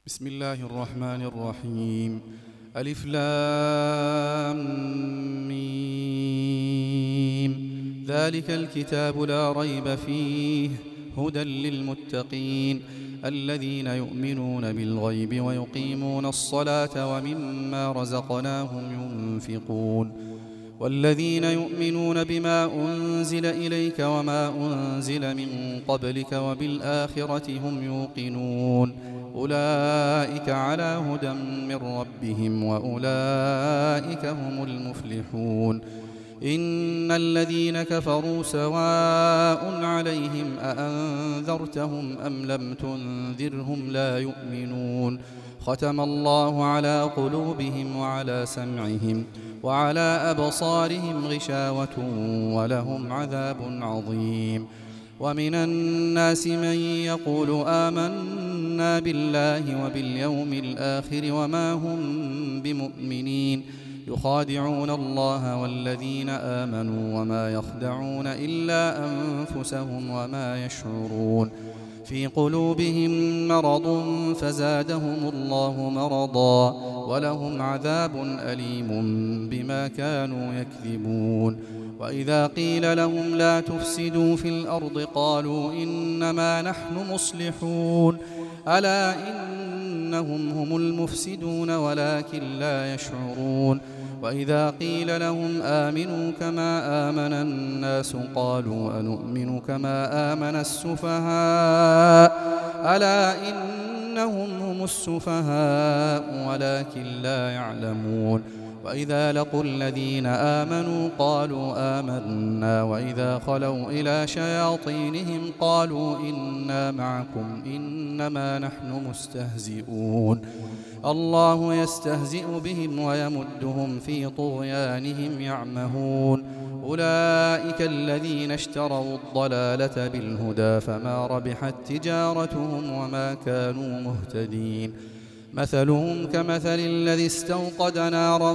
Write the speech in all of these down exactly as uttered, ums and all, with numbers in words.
بسم الله الرحمن الرحيم. ألف لام ميم. ذلك الكتاب لا ريب فيه هدى للمتقين الذين يؤمنون بالغيب ويقيمون الصلاة ومما رزقناهم ينفقون والذين يؤمنون بما أنزل إليك وما أنزل من قبلك وبالآخرة هم يوقنون أولئك على هدى من ربهم وأولئك هم المفلحون. إن الذين كفروا سواء عليهم أأنذرتهم أم لم تنذرهم لا يؤمنون. ختم الله على قلوبهم وعلى سمعهم وعلى أبصارهم غشاوة ولهم عذاب عظيم. ومن الناس من يقول آمنا بالله وباليوم الآخر وما هم بمؤمنين يخادعون الله والذين آمنوا وما يخدعون إلا أنفسهم وما يشعرون. في قلوبهم مرض فزادهم الله مرضا ولهم عذاب أليم بما كانوا يكذبون. وإذا قيل لهم لا تفسدوا في الأرض قالوا إنما نحن مصلحون ألا إنهم هم المفسدون ولكن لا يشعرون. وإذا قيل لهم آمنوا كما آمن الناس قالوا أنؤمن كما آمن السفهاء ألا إنهم هم السفهاء ولكن لا يعلمون. وإذا لقوا الذين آمنوا قالوا آمنا وإذا خلوا إلى شياطينهم قالوا إنا معكم إنما نحن مستهزئون. الله يستهزئ بهم ويمدهم في طغيانهم يعمهون. أولئك الذين اشتروا الضلالة بالهدى فما ربحت تجارتهم وما كانوا مهتدين. مثلهم كمثل الذي استوقد نارا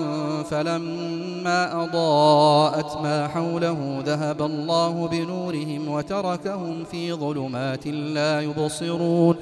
فلما أضاءت ما حوله ذهب الله بنورهم وتركهم في ظلمات لا يبصرون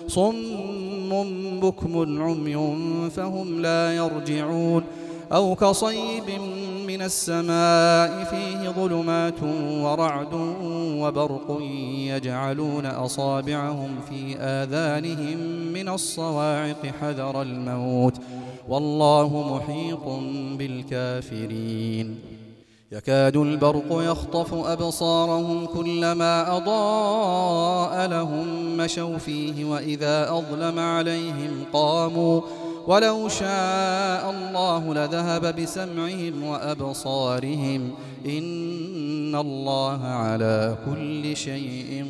صم بكم عمي فهم لا يرجعون. أو كصيب من السماء فيه ظلمات ورعد وبرق يجعلون أصابعهم في آذانهم من الصواعق حذر الموت والله محيط بالكافرين. يكاد البرق يخطف أبصارهم كلما أضاء لهم مشوا فيه وإذا أظلم عليهم قاموا ولو شاء الله لذهب بسمعهم وأبصارهم إن الله على كل شيء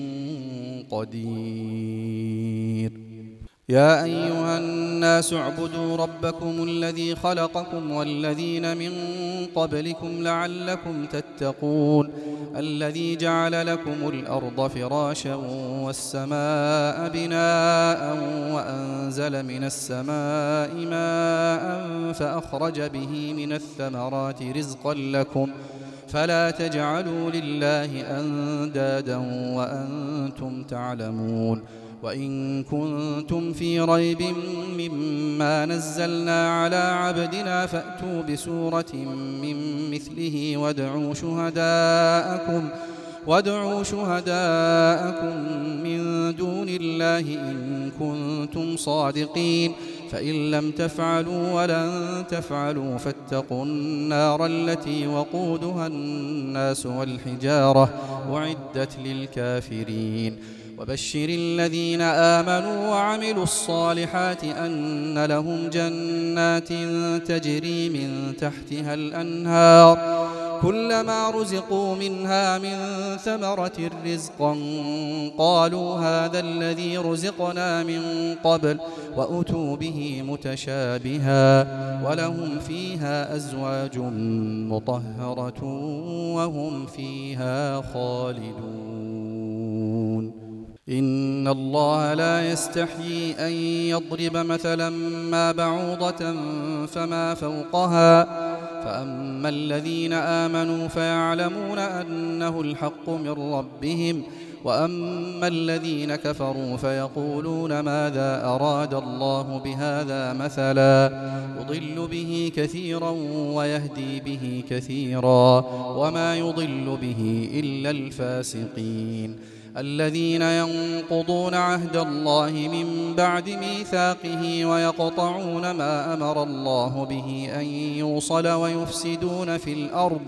قدير. يا أيها الناس اعبدوا ربكم الذي خلقكم والذين من قبلكم لعلكم تتقون الذي جعل لكم الأرض فراشا والسماء بناء وأنزل من السماء ماء فأخرج به من الثمرات رزقا لكم فلا تجعلوا لله أندادا وأنتم تعلمون. وإن كنتم في ريب مما نزلنا على عبدنا فأتوا بسورة من مثله وادعوا شهداءكم وادعوا شهداءكم من دون الله إن كنتم صادقين فإن لم تفعلوا ولن تفعلوا فاتقوا النار التي وقودها الناس والحجارة أعدت للكافرين. وبشر الذين آمنوا وعملوا الصالحات أن لهم جنات تجري من تحتها الأنهار كلما رزقوا منها من ثمرة رزقا قالوا هذا الذي رزقنا من قبل وأتوا به متشابها ولهم فيها أزواج مطهرة وهم فيها خالدون. إن الله لا يستحيي أن يضرب مثلا ما بعوضة فما فوقها فأما الذين آمنوا فيعلمون أنه الحق من ربهم وأما الذين كفروا فيقولون ماذا أراد الله بهذا مثلا يضل به كثيرا ويهدي به كثيرا وما يضل به إلا الفاسقين الذين ينقضون عهد الله من بعد ميثاقه ويقطعون ما أمر الله به أن يوصل ويفسدون في الأرض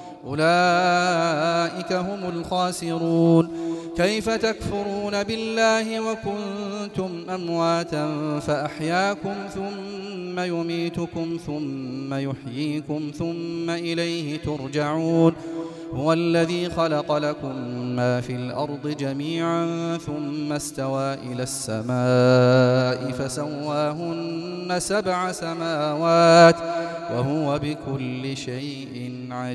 أولئك هم الخاسرون كيف تكفرون بالله وكنتم أمواتا فأحياكم ثم يميتكم ثم يحييكم ثم إليه ترجعون هو الذي خلق لكم ما في الأرض جميعا ثم استوى إلى السماء فسواهن سبع سماوات وهو بكل شيء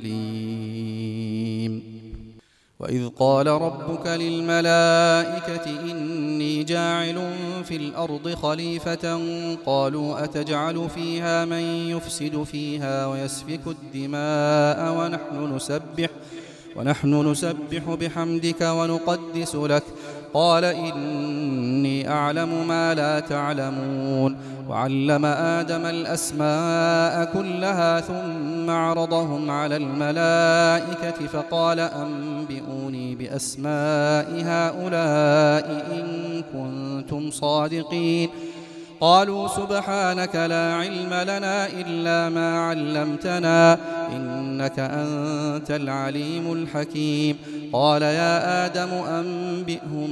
عليم وإذ قال ربك للملائكة إني جاعل في الأرض خليفة قالوا أتجعل فيها من يفسد فيها ويسفك الدماء ونحن نسبح ونحن نسبح بحمدك ونقدس لك قال إني أعلم ما لا تعلمون وعلم آدم الأسماء كلها ثم عرضهم على الملائكة فقال أنبئوني بأسماء هؤلاء إن كنتم صادقين قالوا سبحانك لا علم لنا إلا ما علمتنا إنك أنت العليم الحكيم قال يا آدم أنبئهم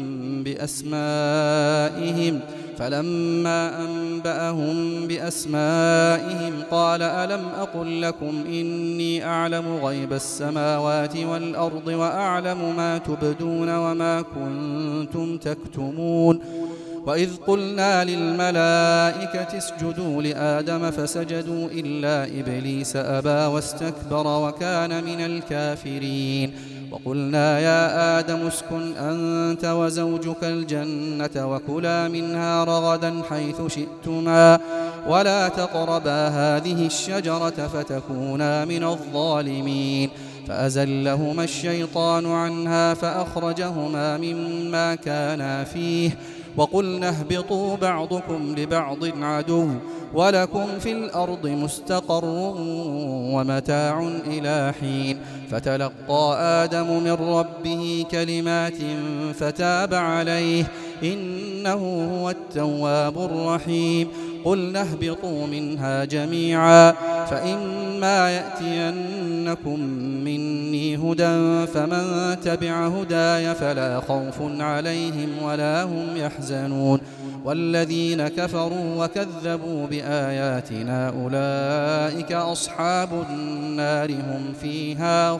بأسمائهم فلما أنبأهم بأسمائهم قال ألم أقل لكم إني أعلم غيب السماوات والأرض وأعلم ما تبدون وما كنتم تكتمون وإذ قلنا للملائكة اسجدوا لآدم فسجدوا إلا إبليس أبى واستكبر وكان من الكافرين وقلنا يا آدم اسكن أنت وزوجك الجنة وكلا منها رغدا حيث شئتما ولا تقربا هذه الشجرة فتكونا من الظالمين فأزلهما الشيطان عنها فأخرجهما مما كانا فيه وقلنا اهبطوا بعضكم لبعض عدو ولكم في الأرض مستقر ومتاع إلى حين فتلقى آدم من ربه كلمات فتاب عليه إنه هو التواب الرحيم قلنا اهبطوا منها جميعا فإما يأتينكم مني هدى فمن تبع هداي فلا خوف عليهم ولا هم يحزنون والذين كفروا وكذبوا بآياتنا أولئك أصحاب النار هم فيها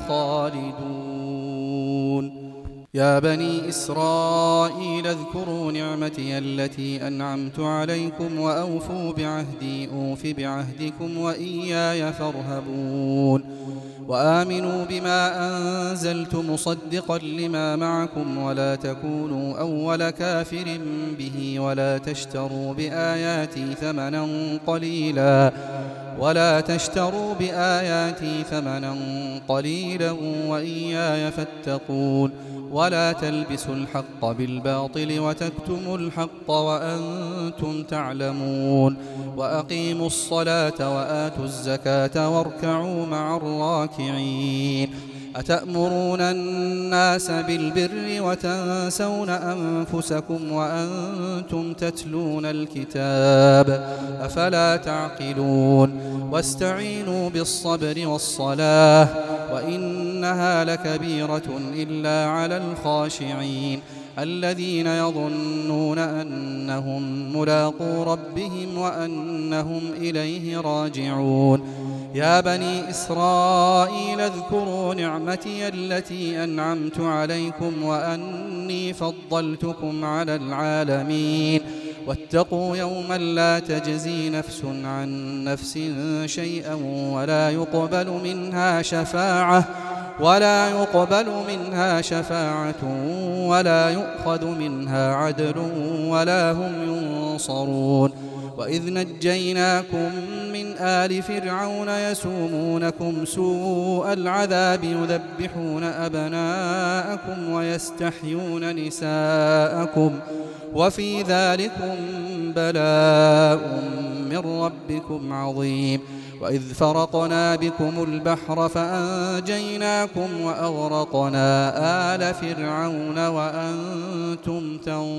خالدون يا بني إسرائيل اذكروا نعمتي التي أنعمت عليكم وأوفوا بعهدي أوف بعهدكم وإياي فارهبون وآمنوا بما أنزلت مصدقا لما معكم ولا تكونوا أول كافر به ولا تشتروا بآياتي ثمنا قليلا ولا تشتروا بآياتي ثمنا قليلا وإياي فاتقون ولا تلبسوا الحق بالباطل وتكتموا الحق وأنتم تعلمون وأقيموا الصلاة وآتوا الزكاة واركعوا مع الراكعين أتأمرون الناس بالبر وتنسون أنفسكم وأنتم تتلون الكتاب أفلا تعقلون واستعينوا بالصبر والصلاة وإنها لكبيرة إلا على الخاشعين الذين يظنون أنهم ملاقو ربهم وأنهم إليه راجعون يا بني إسرائيل اذكروا نعمتي التي أنعمت عليكم وأني فضلتكم على العالمين واتقوا يوما لا تجزي نفس عن نفس شيئا ولا يقبل منها شفاعة ولا يقبل منها شفاعة ولا يؤخذ منها عدل ولا هم تنصرون وإذ نجيناكم من آل فرعون يسومونكم سوء العذاب يذبحون أبناءكم ويستحيون نساءكم وفي ذلكم بلاء من ربكم عظيم وإذ فرقنا بكم البحر فأنجيناكم وأغرقنا آل فرعون وأنتم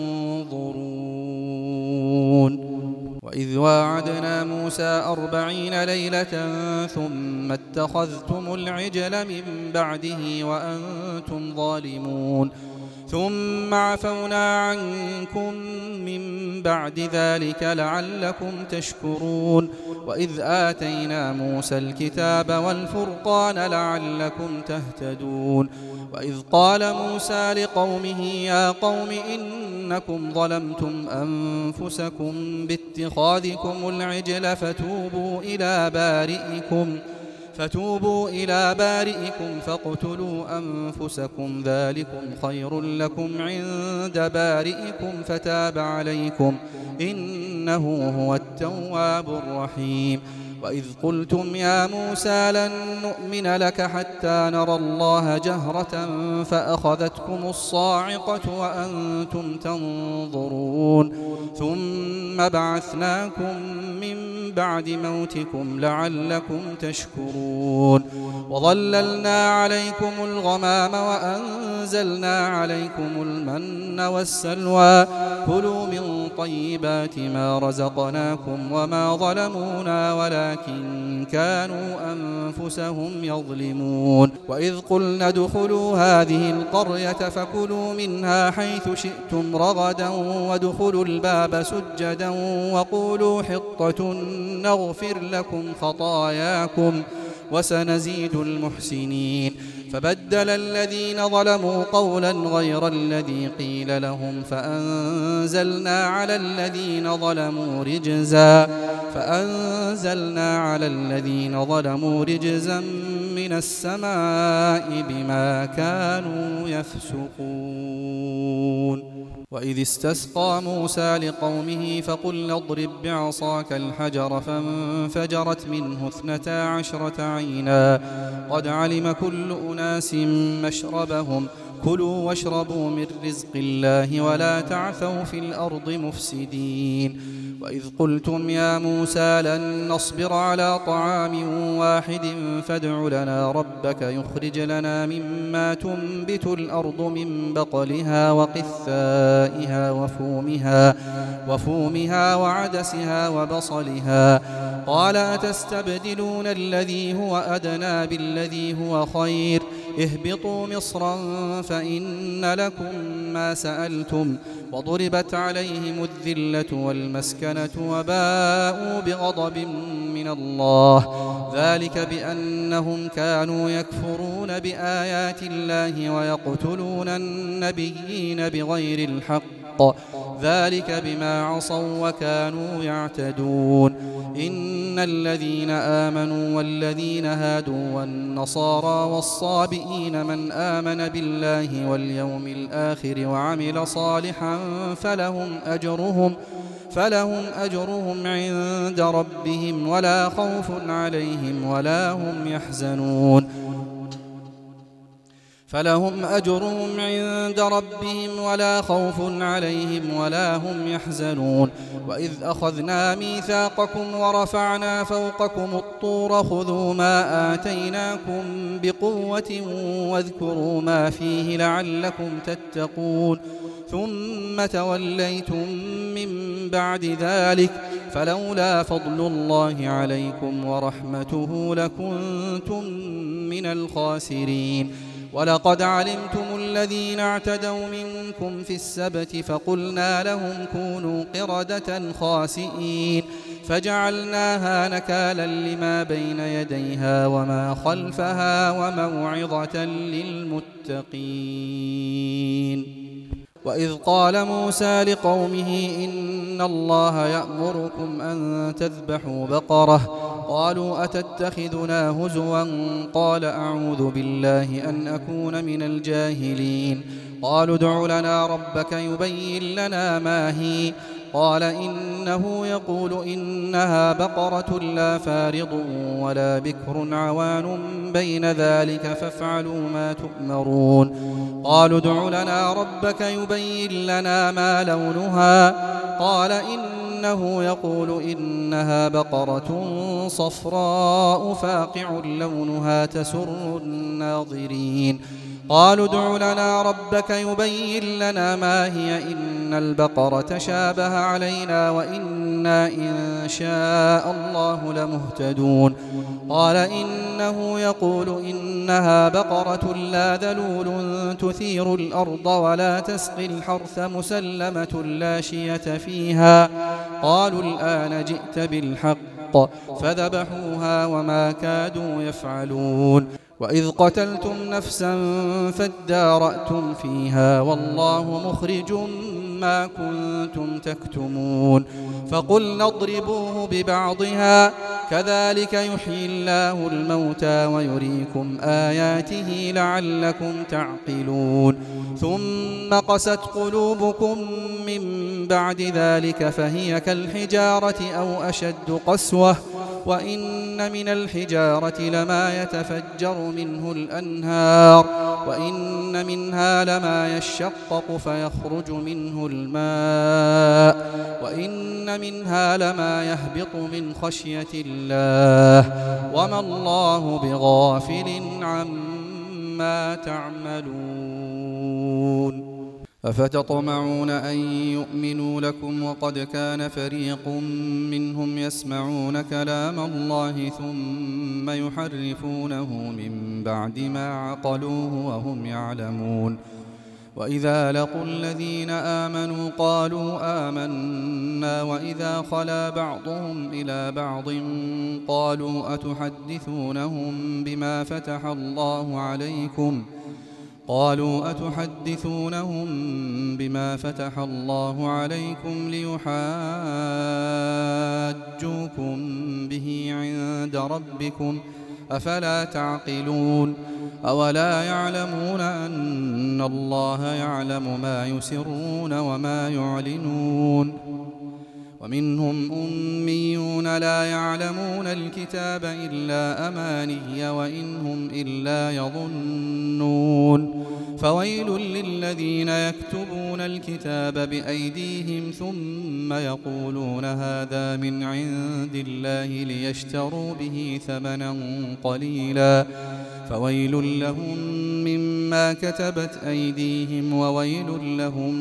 تنظرون وإذ واعدنا موسى أربعين ليلة ثم اتخذتم العجل من بعده وأنتم ظالمون ثم عفونا عنكم من بعد ذلك لعلكم تشكرون وإذ آتينا موسى الكتاب والفرقان لعلكم تهتدون وإذ قال موسى لقومه يا قوم إنكم ظلمتم أنفسكم باتخاذكم العجل فتوبوا إلى بارئكم فتوبوا إلى بارئكم فاقتلوا أنفسكم ذلكم خير لكم عند بارئكم فتاب عليكم إنه هو التواب الرحيم وإذ قلتم يا موسى لن نؤمن لك حتى نرى الله جهرة فأخذتكم الصاعقة وأنتم تنظرون ثم بعثناكم من بعد موتكم لعلكم تشكرون وظللنا عليكم الغمام وأنزلنا عليكم المن والسلوى كلوا من طيبات ما رزقناكم وما ظلمونا ولكن كانوا أنفسهم يظلمون وإذ قلنا ادخلوا هذه القرية فكلوا منها حيث شئتم رغدا وادخلوا الباب سجدا وقولوا حطة نغفر لكم خطاياكم وسنزيد المحسنين فبدل الذين ظلموا قولا غير الذي قيل لهم فأنزلنا على الذين ظلموا رجزا فأنزلنا على الذين ظلموا رجزا من السماء بما كانوا يفسقون وإذ استسقى موسى لقومه فقلنا اضرب بعصاك الحجر فانفجرت منه اثنتا عشرة عينا قد علم كل أناس مشربهم كلوا واشربوا من رزق الله ولا تعثوا في الأرض مفسدين وإذ قلتم يا موسى لن نصبر على طعام واحد فادع لنا ربك يخرج لنا مما تنبت الأرض من بقلها وقثائها وفومها وفومها وعدسها وبصلها قال أتستبدلون الذي هو أدنى بالذي هو خير اهبطوا مصرا فإن لكم ما سألتم وضربت عليهم الذلة والمسكنة وباءوا بغضب من الله ذلك بأنهم كانوا يكفرون بآيات الله ويقتلون النبيين بغير الحق ذلك بما عصوا وكانوا يعتدون إن الذين آمنوا والذين هادوا والنصارى والصابئين من آمن بالله واليوم الآخر وعمل صالحا فلهم أجرهم فلهم أجرهم عند ربهم ولا خوف عليهم ولا هم يحزنون فلهم أجرهم عند ربهم ولا خوف عليهم ولا هم يحزنون وإذ أخذنا ميثاقكم ورفعنا فوقكم الطور خذوا ما آتيناكم بقوة واذكروا ما فيه لعلكم تتقون ثم توليتم من بعد ذلك فلولا فضل الله عليكم ورحمته لكنتم من الخاسرين ولقد علمتم الذين اعتدوا منكم في السبت فقلنا لهم كونوا قردة خاسئين فجعلناها نكالا لما بين يديها وما خلفها وموعظة للمتقين وإذ قال موسى لقومه إن الله يأمركم أن تذبحوا بقرة قالوا أتتخذنا هزوا قال أعوذ بالله أن أكون من الجاهلين قالوا ادع لنا ربك يبين لنا ما هي قال إنه يقول إنها بقرة لا فارض ولا بكر عوان بين ذلك فافعلوا ما تؤمرون. قالوا ادع لنا ربك يبين لنا ما لونها قال إنه يقول إنها بقرة صفراء فاقع لونها تسر الناظرين. قالوا ادع لنا ربك يبين لنا ما هي إن البقرة شابه علينا وإنا إن شاء الله لمهتدون. قال إنه يقول إنها بقرة لا ذلول تثير الأرض ولا تسقي الحرث مسلمة لا شية فيها. قالوا الآن جئت بالحق فذبحوها وما كادوا يفعلون. وإذ قتلتم نفسا فادارأتم فيها والله مخرج ما كنتم تكتمون. فقلنا اضربوه ببعضها كذلك يحيي الله الموتى ويريكم آياته لعلكم تعقلون. ثم قست قلوبكم من بعد ذلك فهي كالحجارة أو أشد قسوة وإن من الحجارة لما يتفجر منه الأنهار وإن منها لما يشقق فيخرج منه الماء وإن منها لما يهبط من خشية الله وما الله بغافل عما تعملون. أفتطمعون أن يؤمنوا لكم وقد كان فريق منهم يسمعون كلام الله ثم يحرفونه من بعد ما عقلوه وهم يعلمون. وإذا لقوا الذين آمنوا قالوا آمنا وإذا خلا بعضهم إلى بعض قالوا أتحدثونهم بما فتح الله عليكم قالوا أتحدثونهم بما فتح الله عليكم ليحاجوكم به عند ربكم أفلا تعقلون. أولا يعلمون أن الله يعلم ما يسرون وما يعلنون. ومنهم أميون لا يعلمون الكتاب إلا أماني وإن هم إلا يظنون. فويل للذين يكتبون الكتاب بأيديهم ثم يقولون هذا من عند الله ليشتروا به ثمنا قليلا فويل لهم مما كتبت أيديهم وويل لهم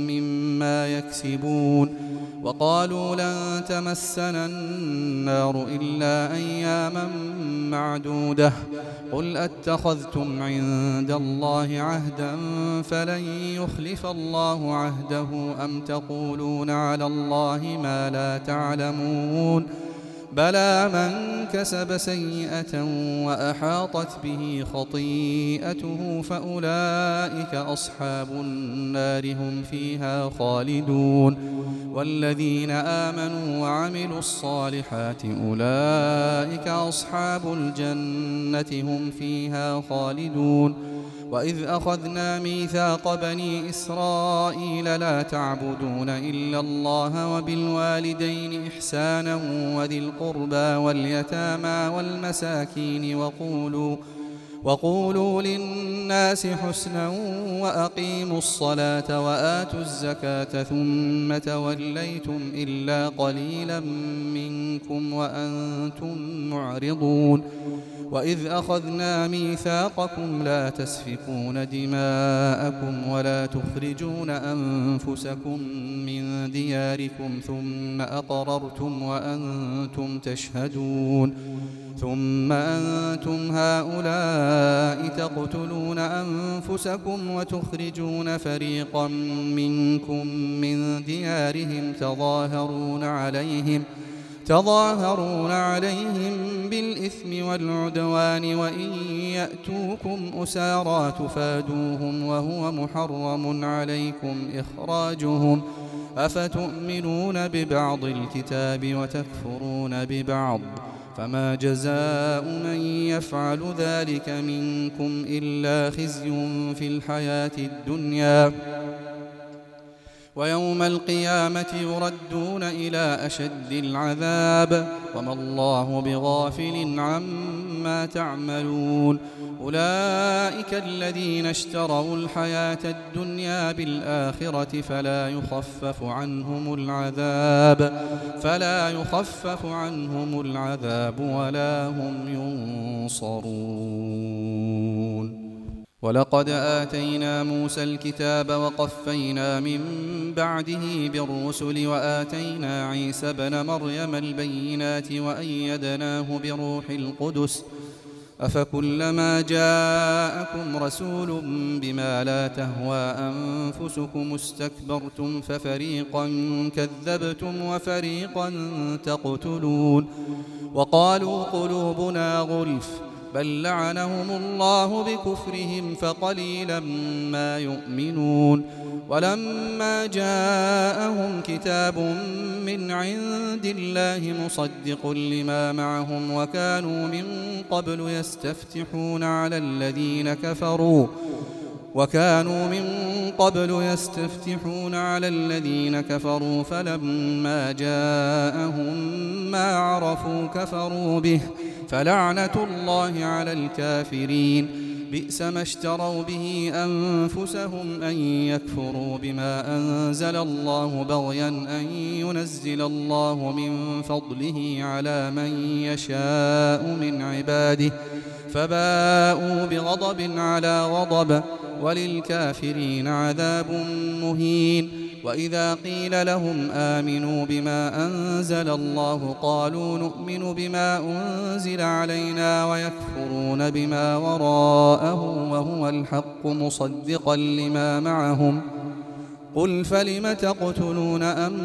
مما يكسبون. وقالوا لن تمسنا النار إلا أياما معدودة قل أتخذتم عند الله عهدا فلن يخلف الله عهده أم تقولون على الله ما لا تعلمون. بلى من كسب سيئة وأحاطت به خطيئته فأولئك أصحاب النار هم فيها خالدون. والذين آمنوا وعملوا الصالحات أولئك أصحاب الجنة هم فيها خالدون. وإذ أخذنا ميثاق بني إسرائيل لا تعبدون إلا الله وبالوالدين إحسانا وذي القربى واليتامى والمساكين وقولوا وقولوا للناس حسنا وأقيموا الصلاة وآتوا الزكاة ثم توليتم إلا قليلا منكم وأنتم معرضون. وإذ أخذنا ميثاقكم لا تسفكون دماءكم ولا تخرجون أنفسكم من دياركم ثم أقررتم وأنتم تشهدون. ثم أنتم هؤلاء تقتلون أنفسكم وتخرجون فريقا منكم من ديارهم تظاهرون عليهم تظاهرون عليهم بالإثم والعدوان وإن يأتوكم أسارى تفادوهم وهو محرم عليكم إخراجهم أفتؤمنون ببعض الكتاب وتكفرون ببعض فما جزاء من يفعل ذلك منكم إلا خزي في الحياة الدنيا ويوم القيامة يردون إلى أشد العذاب وما الله بغافل عما تعملون. أولئك الذين اشتروا الحياة الدنيا بالآخرة فلا يخفف عنهم العذاب فلا يخفف عنهم العذاب ولا هم ينصرون. ولقد آتينا موسى الكتاب وقفينا من بعده بالرسل وآتينا عيسى ابن مريم البينات وأيدناه بروح القدس أفكلما جاءكم رسول بما لا تهوى أنفسكم استكبرتم ففريقا كذبتم وفريقا تقتلون. وقالوا قلوبنا غلف بل لعنهم الله بكفرهم فقليلا ما يؤمنون. ولما جاءهم كتاب من عند الله مصدق لما معهم وكانوا من قبل يستفتحون على الذين كفروا وكانوا من قبل يستفتحون على الذين كفروا فلما جاءهم ما عرفوا كفروا به فلعنة الله على الكافرين. بئس ما اشتروا به أنفسهم أن يكفروا بما أنزل الله بغيا أن ينزل الله من فضله على من يشاء من عباده فباءوا بغضب على غضب وللكافرين عذاب مهين. وإذا قيل لهم آمنوا بما أنزل الله قالوا نؤمن بما أنزل علينا ويكفرون بما وراءه وهو الحق مصدقا لما معهم. قل فلم تقتلون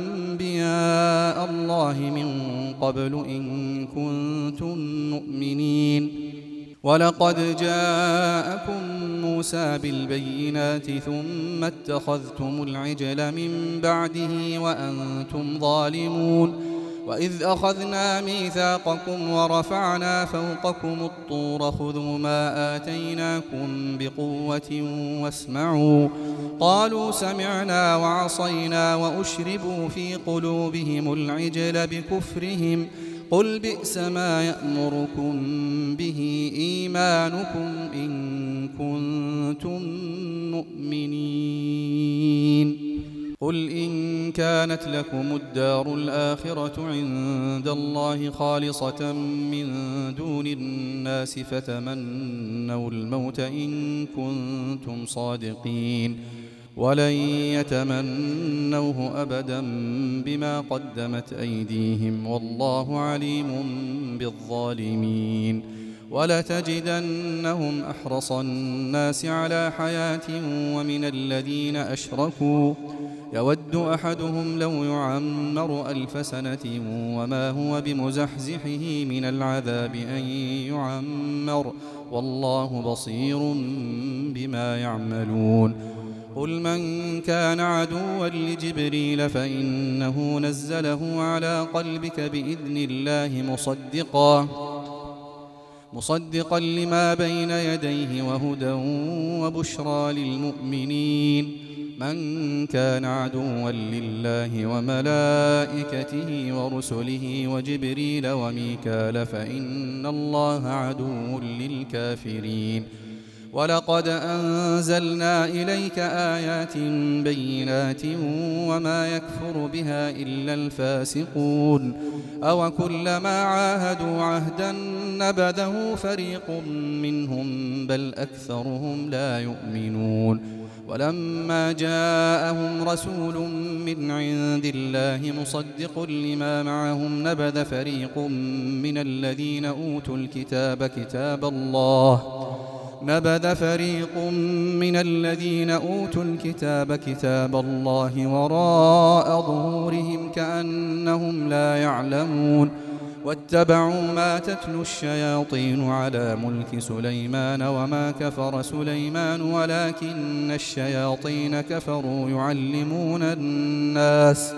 أنبياء الله من قبل إن كنتم مؤمنين. ولقد جاءكم موسى بالبينات ثم اتخذتم العجل من بعده وأنتم ظالمون. وإذ أخذنا ميثاقكم ورفعنا فوقكم الطور خذوا ما آتيناكم بقوة واسمعوا قالوا سمعنا وعصينا وأشربوا في قلوبهم العجل بكفرهم قل بئس ما يأمركم به إيمانكم إن كنتم مؤمنين. قل إن كانت لكم الدار الآخرة عند الله خالصة من دون الناس فتمنوا الموت إن كنتم صادقين ولن يتمنوه أبدا بما قدمت أيديهم والله عليم بالظالمين. ولتجدنهم أحرص الناس على حياة ومن الذين أشركوا يود أحدهم لو يعمر ألف سنة وما هو بمزحزحه من العذاب أن يعمر والله بصير بما يعملون. قل من كان عدوا لجبريل فإنه نزله على قلبك بإذن الله مصدقا مصدقا لما بين يديه وهدى وبشرى للمؤمنين. من كان عدوا لله وملائكته ورسله وجبريل وميكال فإن الله عدو للكافرين. ولقد أنزلنا إليك آيات بينات وما يكفر بها إلا الفاسقون. أو كلما عاهدوا عهدا نبذه فريق منهم بل أكثرهم لا يؤمنون. ولما جاءهم رسول من عند الله مصدق لما معهم نبذ فريق من الذين أوتوا الكتاب كتاب الله نبذ فريق من الذين أوتوا الكتاب كتاب الله وراء ظهورهم كأنهم لا يعلمون. واتبعوا ما تتلو الشياطين على ملك سليمان وما كفر سليمان ولكن الشياطين كفروا يعلمون الناس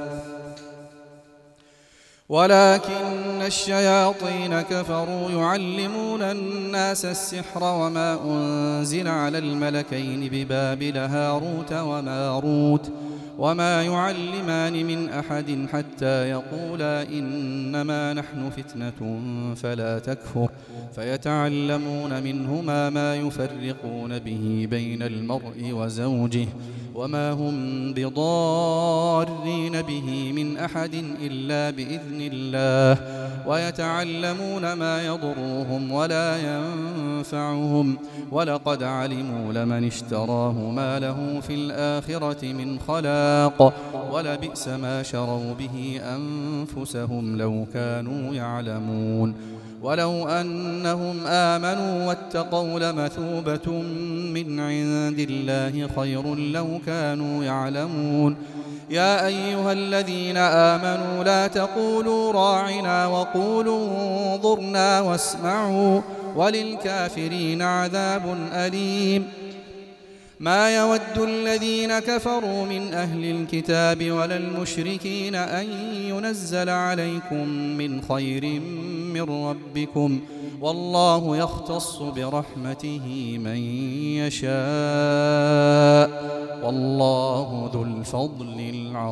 ولكن الشياطين كفروا يعلمون الناس السحر وما أنزل على الملكين ببابل هاروت وماروت وما يعلمان من أحد حتى يقولا إنما نحن فتنة فلا تكفر فيتعلمون منهما ما يفرقون به بين المرء وزوجه وما هم بضارين به من أحد إلا بإذن الله ويتعلمون ما يضرهم ولا ينفعهم ولقد علموا لمن اشتراه ما له في الآخرة من خلاق ولبئس ما شروا به أنفسهم لو كانوا يعلمون ولو أنهم آمنوا واتقوا لمثوبة من عند الله خير لو كانوا يعلمون يا أيها الذين آمنوا لا تقولوا راعنا وقولوا انظرنا واسمعوا وللكافرين عذاب أليم ما يود الذين كفروا من أهل الكتاب ولا المشركين أن ينزل عليكم من خير من ربكم والله يختص برحمته من يشاء والله ذو الفضل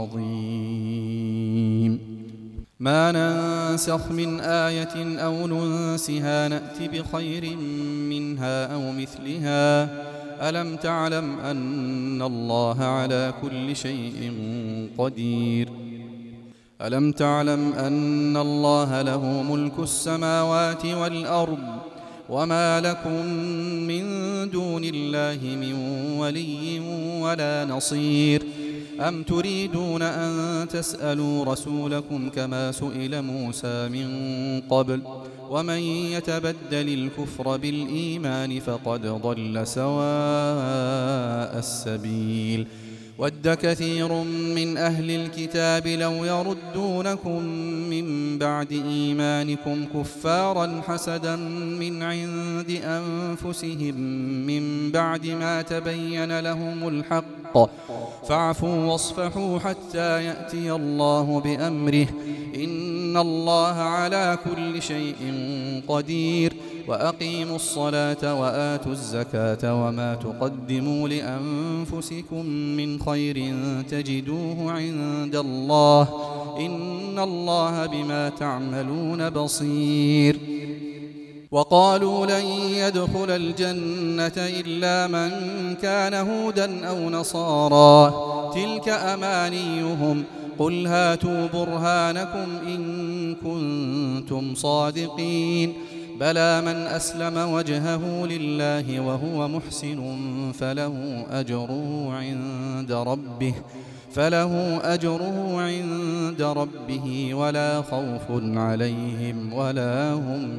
العظيم ما ننسخ من آية أو ننسها نأت بخير منها أو مثلها ألم تعلم أن الله على كل شيء قدير ألم تعلم أن الله له ملك السماوات والأرض وما لكم من دون الله من ولي ولا نصير أم تريدون أن تسألوا رسولكم كما سئل موسى من قبل ومن يتبدل الكفر بالإيمان فقد ضل سواء السبيل ود كثير من أهل الكتاب لو يردونكم من بعد إيمانكم كفارا حسدا من عند أنفسهم من بعد ما تبين لهم الحق فاعفوا واصفحوا حتى يأتي الله بأمره إن الله على كل شيء قدير وأقيموا الصلاة وآتوا الزكاة وما تقدموا لأنفسكم من خير تجدوه عند الله إن الله بما تعملون بصير وقالوا لن يدخل الجنة إلا من كان هودا أو نصارى تلك أمانيهم قل هاتوا برهانكم إن كنتم صادقين بلى من أسلم وجهه لله وهو محسن فله أجره عند ربه فله أجره عند ربه ولا خوف عليهم ولا هم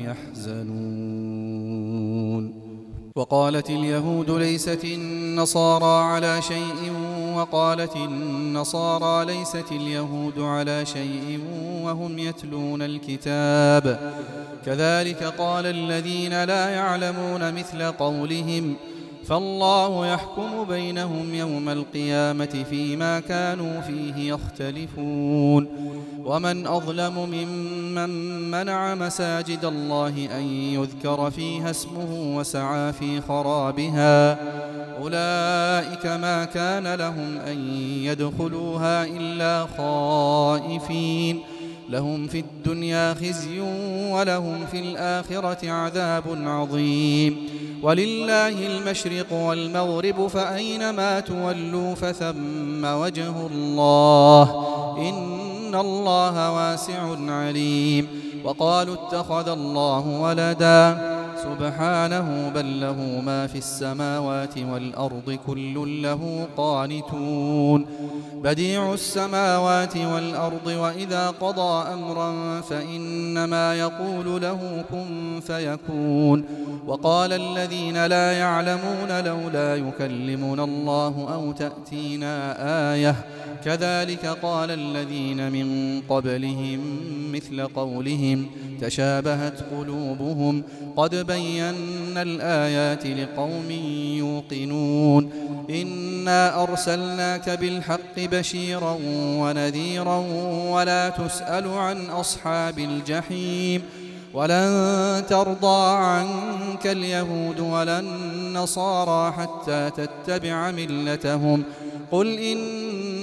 يحزنون وقالت اليهود ليست النصارى على شيء وقالت النصارى ليست اليهود على شيء وهم يتلون الكتاب كذلك قال الذين لا يعلمون مثل قولهم فالله يحكم بينهم يوم القيامة فيما كانوا فيه يختلفون ومن أظلم ممن منع مساجد الله أن يذكر فيها اسمه وسعى في خرابها أولئك ما كان لهم أن يدخلوها إلا خائفين لهم في الدنيا خزي ولهم في الآخرة عذاب عظيم ولله المشرق والمغرب فأينما تولوا فثم وجه الله إن الله واسع عليم وقالوا اتخذ الله ولدا سبحانه بل له ما في السماوات والأرض كل له قانتون بديع السماوات والأرض وإذا قضى أمرا فإنما يقول له كن فيكون وقال الذين لا يعلمون لولا يكلمنا الله أو تأتينا آية كذلك قال الذين من قبلهم مثل قولهم تشابهت قلوبهم قد بينا الآيات لقوم يوقنون إنا أرسلناك بالحق بشيرا ونذيرا ولا تسأل عن أصحاب الجحيم ولن ترضى عنك اليهود ولا النصارى حتى تتبع ملتهم قل إن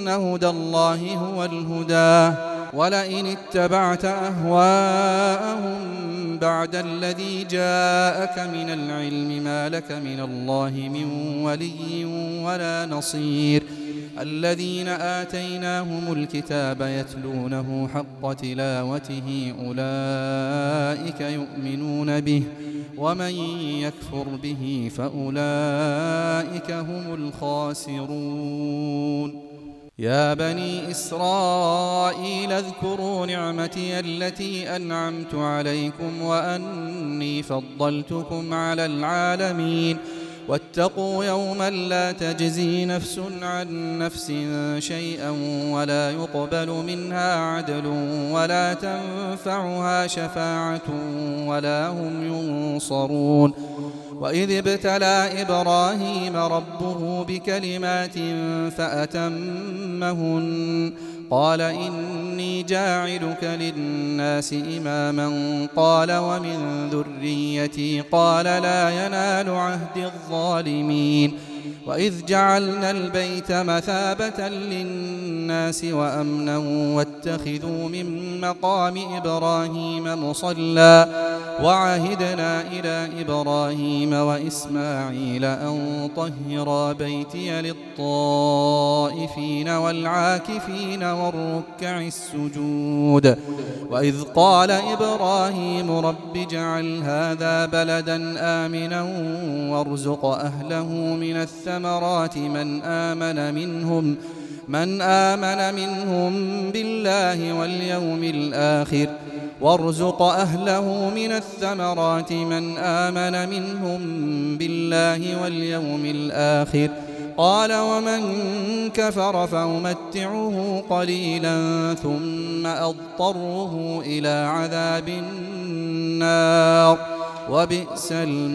إن هدى الله هو الهدى ولئن اتبعت أهواءهم بعد الذي جاءك من العلم ما لك من الله من ولي ولا نصير الذين آتيناهم الكتاب يتلونه حق تلاوته أولئك يؤمنون به ومن يكفر به فأولئك هم الخاسرون يا بني إسرائيل اذكروا نعمتي التي أنعمت عليكم وأني فضلتكم على العالمين واتقوا يوما لا تجزي نفس عن نفس شيئا ولا يقبل منها عدل ولا تنفعها شفاعة ولا هم ينصرون وإذ ابتلى إبراهيم ربه بكلمات فأتمهن قال إني جاعلك للناس إماما قال ومن ذريتي قال لا ينال عهد الظالمين وإذ جعلنا البيت مثابة للناس وأمنا واتخذوا من مقام إبراهيم مصلى وعهدنا إلى إبراهيم وإسماعيل أن طهرا بيتي للطائفين والعاكفين والركع السجود وإذ قال إبراهيم رب اجعل هذا بلدا آمنا وارزق أهله من الثمرات من آمن منهم من آمن منهم بالله واليوم الآخر وارزق أهله من الثمرات من آمن منهم بالله واليوم الآخر قال ومن كفر فأمتعه قليلا ثم أضطره إلى عذاب النار وبئس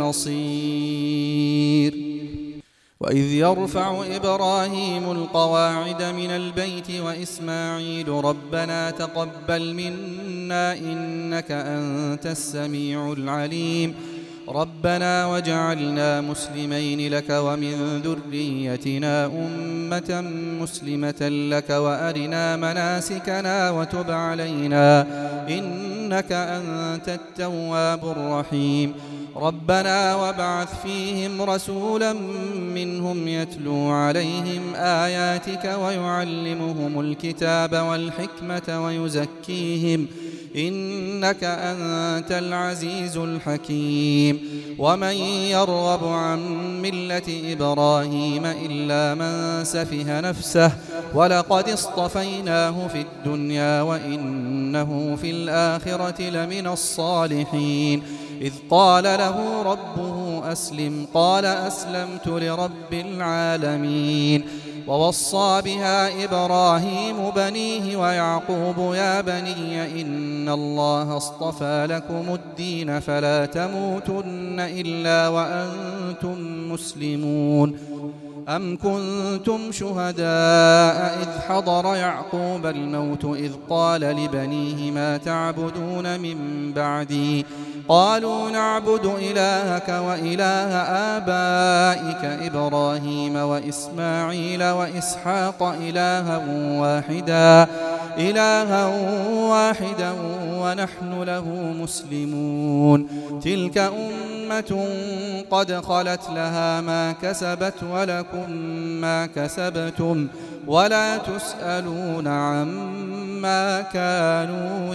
المصير وإذ يرفع إبراهيم القواعد من البيت وإسماعيل ربنا تقبل منا إنك أنت السميع العليم ربنا وجعلنا مسلمين لك ومن ذريتنا أمة مسلمة لك وأرنا مناسكنا وتب علينا إنك أنت التواب الرحيم ربنا وابعث فيهم رسولا منهم يتلو عليهم آياتك ويعلمهم الكتاب والحكمة ويزكيهم إنك أنت العزيز الحكيم ومن يرغب عن ملة إبراهيم إلا من سفه نفسه ولقد اصطفيناه في الدنيا وإنه في الآخرة لمن الصالحين إذ قال له ربه أسلم قال أسلمت لرب العالمين ووصى بها إبراهيم بنيه ويعقوب يا بني إن الله اصطفى لكم الدين فلا تموتن إلا وأنتم مسلمون أم كنتم شهداء إذ حضر يعقوب الموت إذ قال لبنيه ما تعبدون من بعدي قالوا نعبد إلهك وإله آبائك إبراهيم وإسماعيل وإسحاق إلها واحدا إلها واحدا ونحن له مسلمون تلك أمة قد خلت لها ما كسبت ولكم ما كسبتم ولا تسألون عما كانوا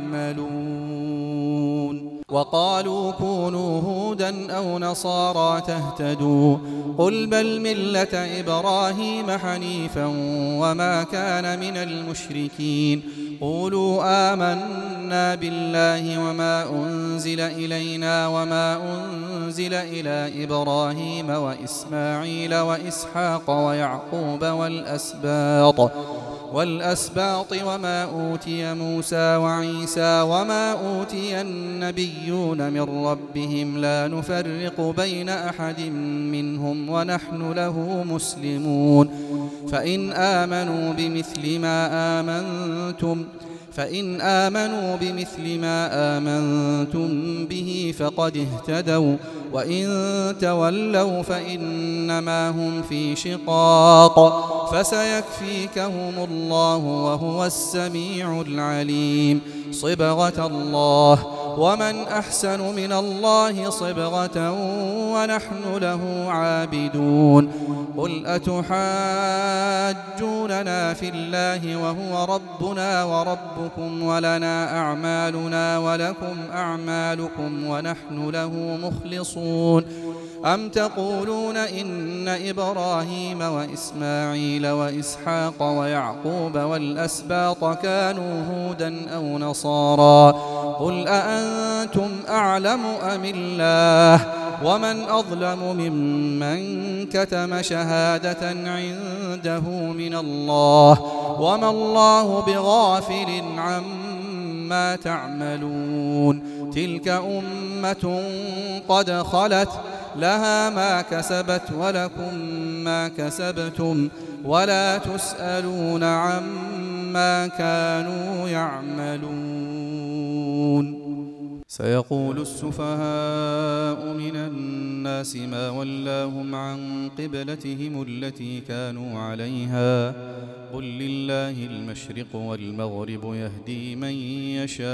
يعملون وقالوا كونوا هودا أو نصارى تهتدوا قل بل ملة إبراهيم حنيفا وما كان من المشركين قولوا آمنا بالله وما أنزل إلينا وما أنزل إلى إبراهيم وإسماعيل وإسحاق ويعقوب والأسباط والأسباط وما أوتي موسى وعيسى وما أوتي النبيون من ربهم لا نفرق بين أحد منهم ونحن له مسلمون فإن آمنوا بمثل ما آمنتم فإن آمنوا بمثل ما آمنتم به فقد اهتدوا وإن تولوا فإنما هم في شقاق فسيكفيكهم الله وهو السميع العليم. صبغة الله ومن أحسن من الله صبغة ونحن له عابدون. قل أتحاجوننا في الله وهو ربنا وربكم ولنا أعمالنا ولكم أعمالكم ونحن له مخلصون. أم تقولون إن إبراهيم وإسماعيل وإسحاق ويعقوب والأسباط كانوا هودا أو نصارى قل أأنتم أعلم أم الله ومن أظلم ممن كتم شهادة عنده من الله وما الله بغافل عما تعملون. تلك أمة قد خلت لها ما كسبت ولكم ما كسبتم ولا تسألون عما كانوا يعملون. سيقول السفهاء من الناس ما ولاهم عن قبلتهم التي كانوا عليها قل لله المشرق والمغرب يهدي من يشاء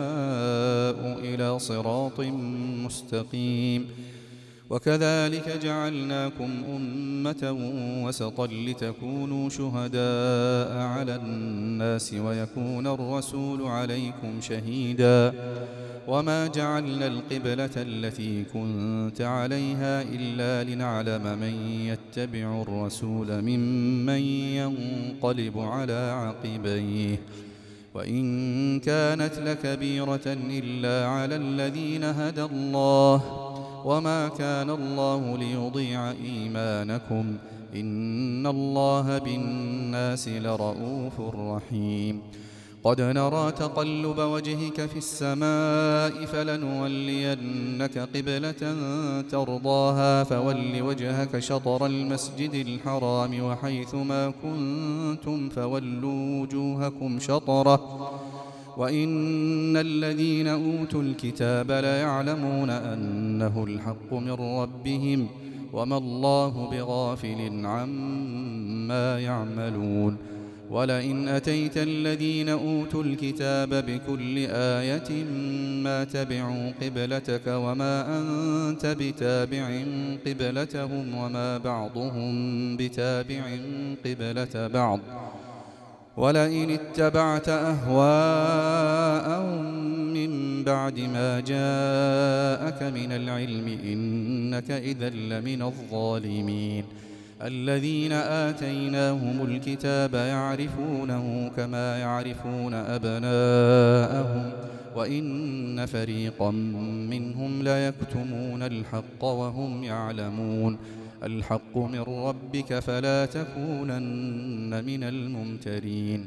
إلى صراط مستقيم. وكذلك جعلناكم أمة وسطا لتكونوا شهداء على الناس ويكون الرسول عليكم شهيدا. وما جعلنا القبلة التي كنت عليها إلا لنعلم من يتبع الرسول ممن ينقلب على عقبيه وإن كانت لكبيرة إلا على الذين هدى الله وما كان الله ليضيع إيمانكم إن الله بالناس لرؤوف رحيم. قد نرى تقلب وجهك في السماء فلنولينك قبلة ترضاها فول وجهك شطر المسجد الحرام وحيث ما كنتم فولوا وجوهكم شطره وإن الذين أوتوا الكتاب ليعلمون أنه الحق من ربهم وما الله بغافل عما يعملون. ولئن أتيت الذين أوتوا الكتاب بكل آية ما تبعوا قبلتك وما أنت بتابع قبلتهم وما بعضهم بتابع قبلة بعض ولئن اتبعت أهواءهم من بعد ما جاءك من العلم إنك إذا لمن الظالمين. الذين آتيناهم الكتاب يعرفونه كما يعرفون أبناءهم وإن فريقا منهم ليكتمون الحق وهم يعلمون. الحق من ربك فلا تكونن من الممترين.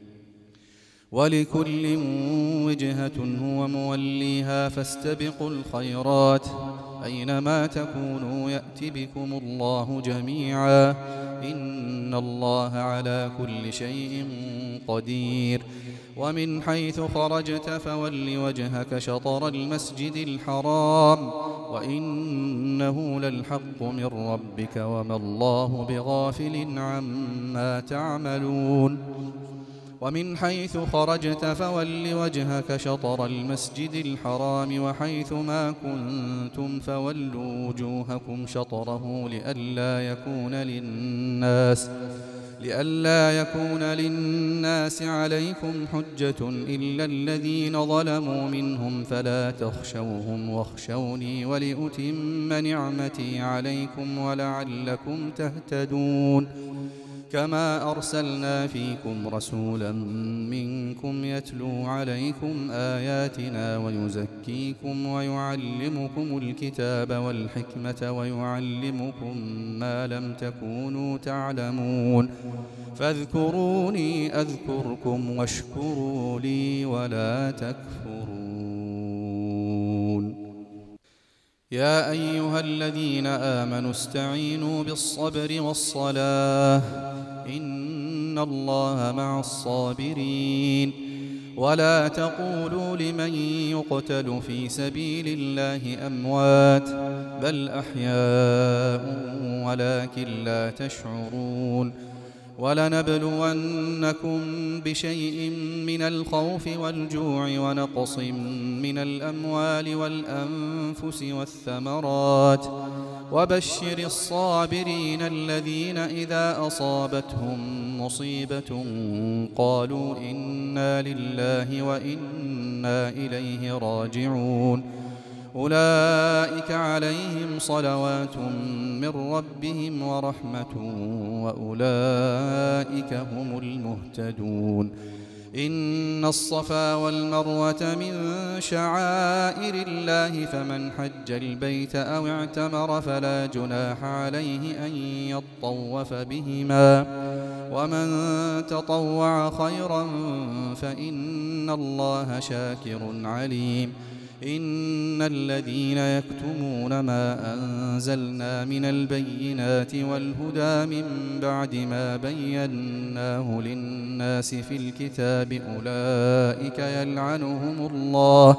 ولكل وجهة هو موليها فاستبقوا الخيرات أينما تكونوا يأت بكم الله جميعا إن الله على كل شيء قدير. ومن حيث خرجت فول وجهك شطر المسجد الحرام وإنه للحق من ربك وما الله بغافل عما تعملون. ومن حيث خرجت فول وجهك شطر المسجد الحرام وحيث ما كنتم فولوا وجوهكم شطره لئلا يكون للناس لئلا يكون للناس عليكم حجة إلا الذين ظلموا منهم فلا تخشوهم واخشوني ولأتم نعمتي عليكم ولعلكم تهتدون. كما أرسلنا فيكم رسولا منكم يتلو عليكم آياتنا ويزكيكم ويعلمكم الكتاب والحكمة ويعلمكم ما لم تكونوا تعلمون فاذكروني أذكركم واشكروا لي ولا تكفرون. يا أيها الذين آمنوا استعينوا بالصبر والصلاة إن الله مع الصابرين. ولا تقولوا لمن يقتل في سبيل الله أموات بل أحياء ولكن لا تشعرون ولنبلونكم بشيء من الخوف والجوع ونقص من الأموال والأنفس والثمرات وبشر الصابرين الذين إذا أصابتهم مصيبة قالوا إنا لله وإنا إليه راجعون أولئك عليهم صلوات من ربهم ورحمة وأولئك هم المهتدون إن الصفا والمروة من شعائر الله فمن حج البيت أو اعتمر فلا جناح عليه أن يطوف بهما ومن تطوع خيرا فإن الله شاكر عليم إن الذين يكتمون ما أنزلنا من البينات والهدى من بعد ما بيناه للناس في الكتاب أولئك يلعنهم الله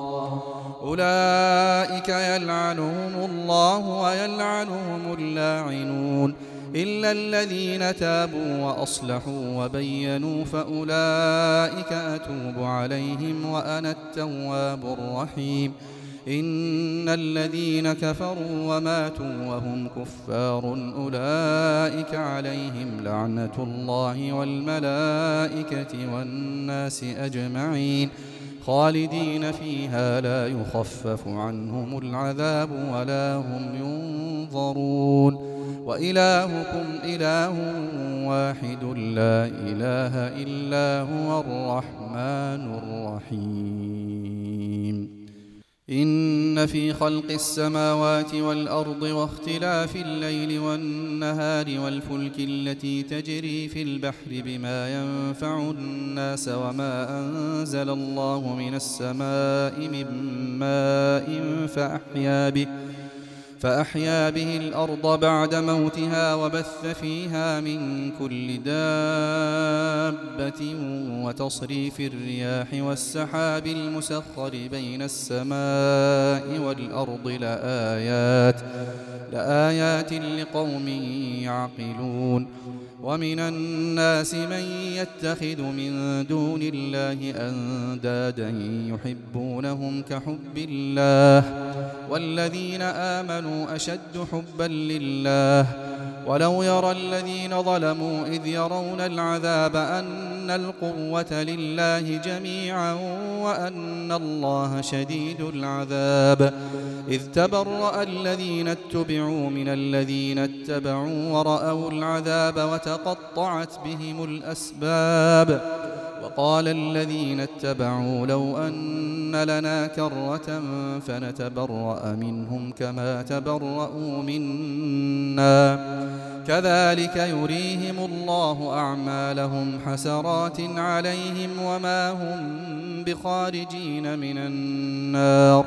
أولئك يلعنهم الله ويلعنهم اللاعنون إلا الذين تابوا وأصلحوا وبينوا فأولئك أتوب عليهم وأنا التواب الرحيم إن الذين كفروا وماتوا وهم كفار أولئك عليهم لعنة الله والملائكة والناس أجمعين خالدين فيها لا يخفف عنهم العذاب ولا هم ينظرون وإلهكم إله واحد لا إله إلا هو الرحمن الرحيم إن في خلق السماوات والأرض واختلاف الليل والنهار والفلك التي تجري في البحر بما ينفع الناس وما أنزل الله من السماء من ماء فأحيا به فأحيا به الأرض بعد موتها وبث فيها من كل دابة وتصريف الرياح والسحاب المسخر بين السماء والأرض لآيات لآيات لقوم يعقلون ومن الناس من يتخذ من دون الله أندادا يحبونهم كحب الله والذين آمنوا أشد حبا لله ولو يرى الذين ظلموا إذ يرون العذاب أن القوة لله جميعا وأن الله شديد العذاب إذ تبرأ الذين اتبعوا من الذين اتبعوا ورأوا العذاب وتقطعت بهم الأسباب وقال الذين اتبعوا لو أن لنا كرة فنتبرأ منهم كما تبرأوا منا كذلك يريهم الله أعمالهم حسرات عليهم وما هم بخارجين من النار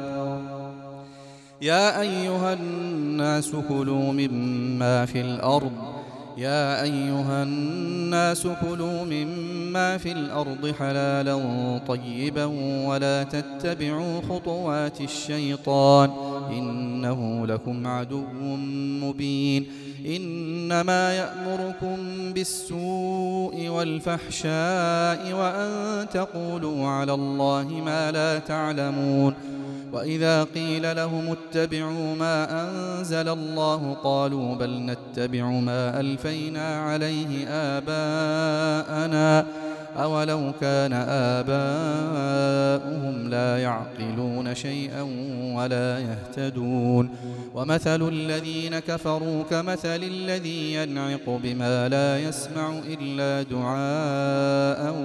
يا أيها الناس كلوا مما في الأرض يا أيها الناس كلوا مما في الأرض حلالا طيبا ولا تتبعوا خطوات الشيطان إنه لكم عدو مبين إنما يأمركم بالسوء والفحشاء وأن تقولوا على الله ما لا تعلمون وإذا قيل لهم اتبعوا ما أنزل الله قالوا بل نتبع ما ألفينا عليه آباءنا أولو كان آباؤهم لا يعقلون شيئا ولا يهتدون ومثل الذين كفروا كمثل الذي ينعق بما لا يسمع إلا دعاء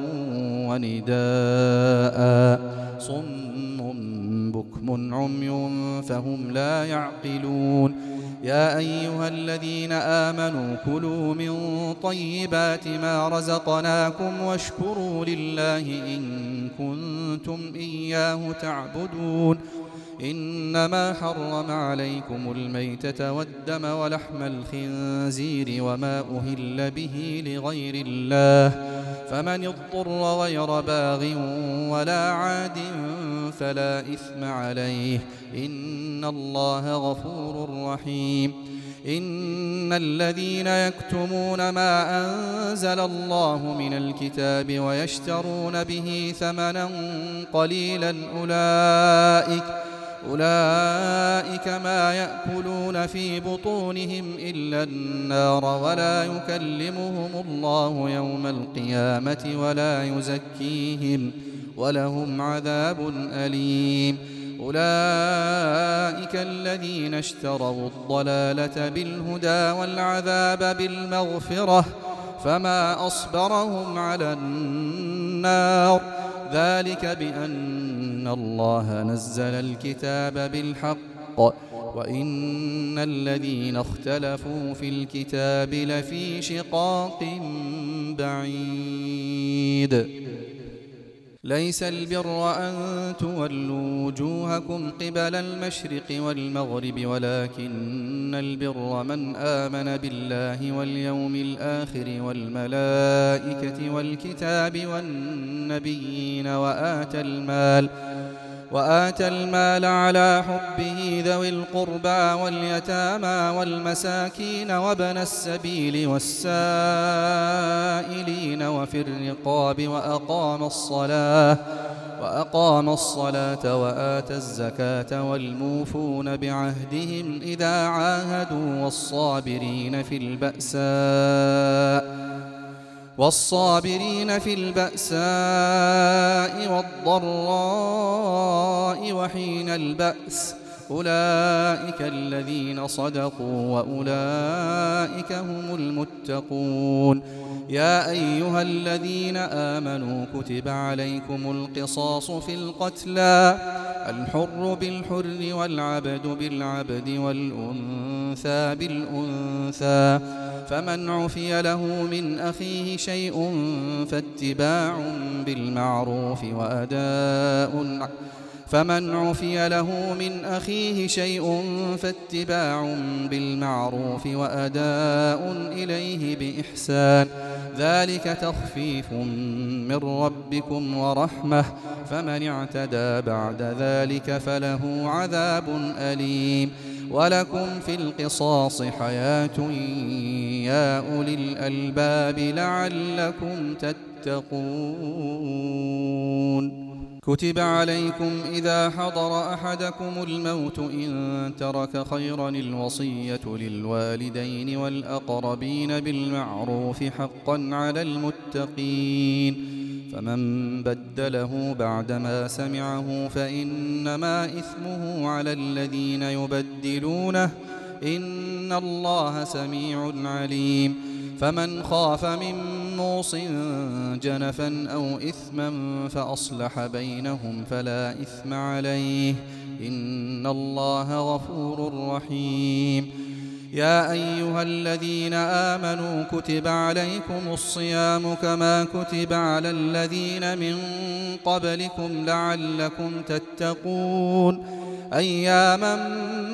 ونداء صم بكم عمي فهم لا يعقلون يا أيها الذين آمنوا كلوا من طيبات ما رزقناكم واشكروا لله إن كنتم إياه تعبدون إنما حرم عليكم الميتة والدم ولحم الخنزير وما أهل به لغير الله فمن اضطر غير باغ ولا عاد فلا إثم عليه إن الله غفور رحيم إن الذين يكتمون ما أنزل الله من الكتاب ويشترون به ثمنا قليلا أولئك أولئك ما يأكلون في بطونهم إلا النار ولا يكلمهم الله يوم القيامة ولا يزكيهم ولهم عذاب أليم أولئك الذين اشتروا الضلالة بالهدى والعذاب بالمغفرة فما أصبرهم على النار ذلك بأن الله نزل الكتاب بالحق وإن الذين اختلفوا في الكتاب لفي شقاق بعيد ليس البر أن تولوا وجوهكم قبل المشرق والمغرب ولكن البر من آمن بالله واليوم الآخر والملائكة والكتاب والنبيين وآتى المال وآتى المال على حبه ذوي القربى واليتامى والمساكين وابن السبيل والسائلين وفي الرقاب وأقام الصلاة وأقام الصلاة وآتى الزكاة والموفون بعهدهم إذا عاهدوا والصابرين في البأساء والصابرين في البأساء والضراء وحين البأس أولئك الذين صدقوا وأولئك هم المتقون يا أيها الذين آمنوا كتب عليكم القصاص في القتلى الحر بالحر والعبد بالعبد والأنثى بالأنثى فمن عفي له من أخيه شيء فاتباع بالمعروف وأداء فمن عفي له من أخيه شيء فاتباع بالمعروف وأداء إليه بإحسان ذلك تخفيف من ربكم ورحمة فمن اعتدى بعد ذلك فله عذاب أليم ولكم في القصاص حياة يا أولي الألباب لعلكم تتقون كتب عليكم إذا حضر أحدكم الموت إن ترك خيرا الوصية للوالدين والأقربين بالمعروف حقا على المتقين فمن بدله بعدما سمعه فإنما إثمه على الذين يبدلونه إن الله سميع عليم فمن خاف من موص جنفا أو إثما فأصلح بينهم فلا إثم عليه إن الله غفور رحيم يا أيها الذين آمنوا كتب عليكم الصيام كما كتب على الذين من قبلكم لعلكم تتقون أياما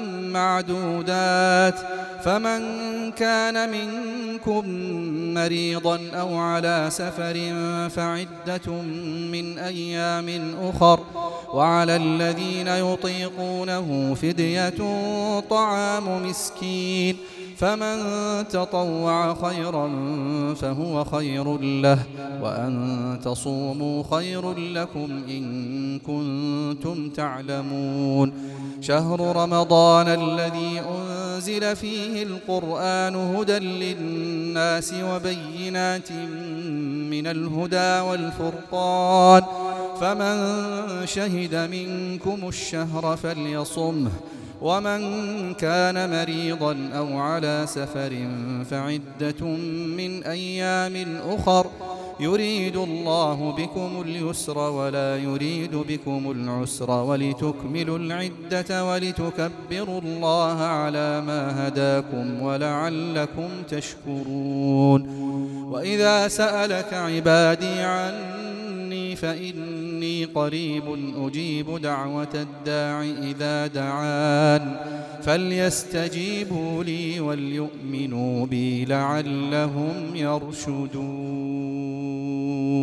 معدودات فمن كان منكم مريضا أو على سفر فعدة من أيام أخر وعلى الذين يطيقونه فدية طعام مسكين فمن تطوع خيرا فهو خير له وأن تصوموا خير لكم إن كنتم تعلمون شهر رمضان الذي أنزل فيه القرآن هدى للناس وبينات من الهدى والفرقان فمن شهد منكم الشهر فليصمه ومن كان مريضا أو على سفر فعدة من أيام أخر يريد الله بكم اليسر ولا يريد بكم العسر ولتكملوا العدة ولتكبروا الله على ما هداكم ولعلكم تشكرون وإذا سألك عبادي عني فإني قريب أجيب دعوة الداع إذا دعان فليستجيبوا لي وليؤمنوا بي لعلهم يرشدون.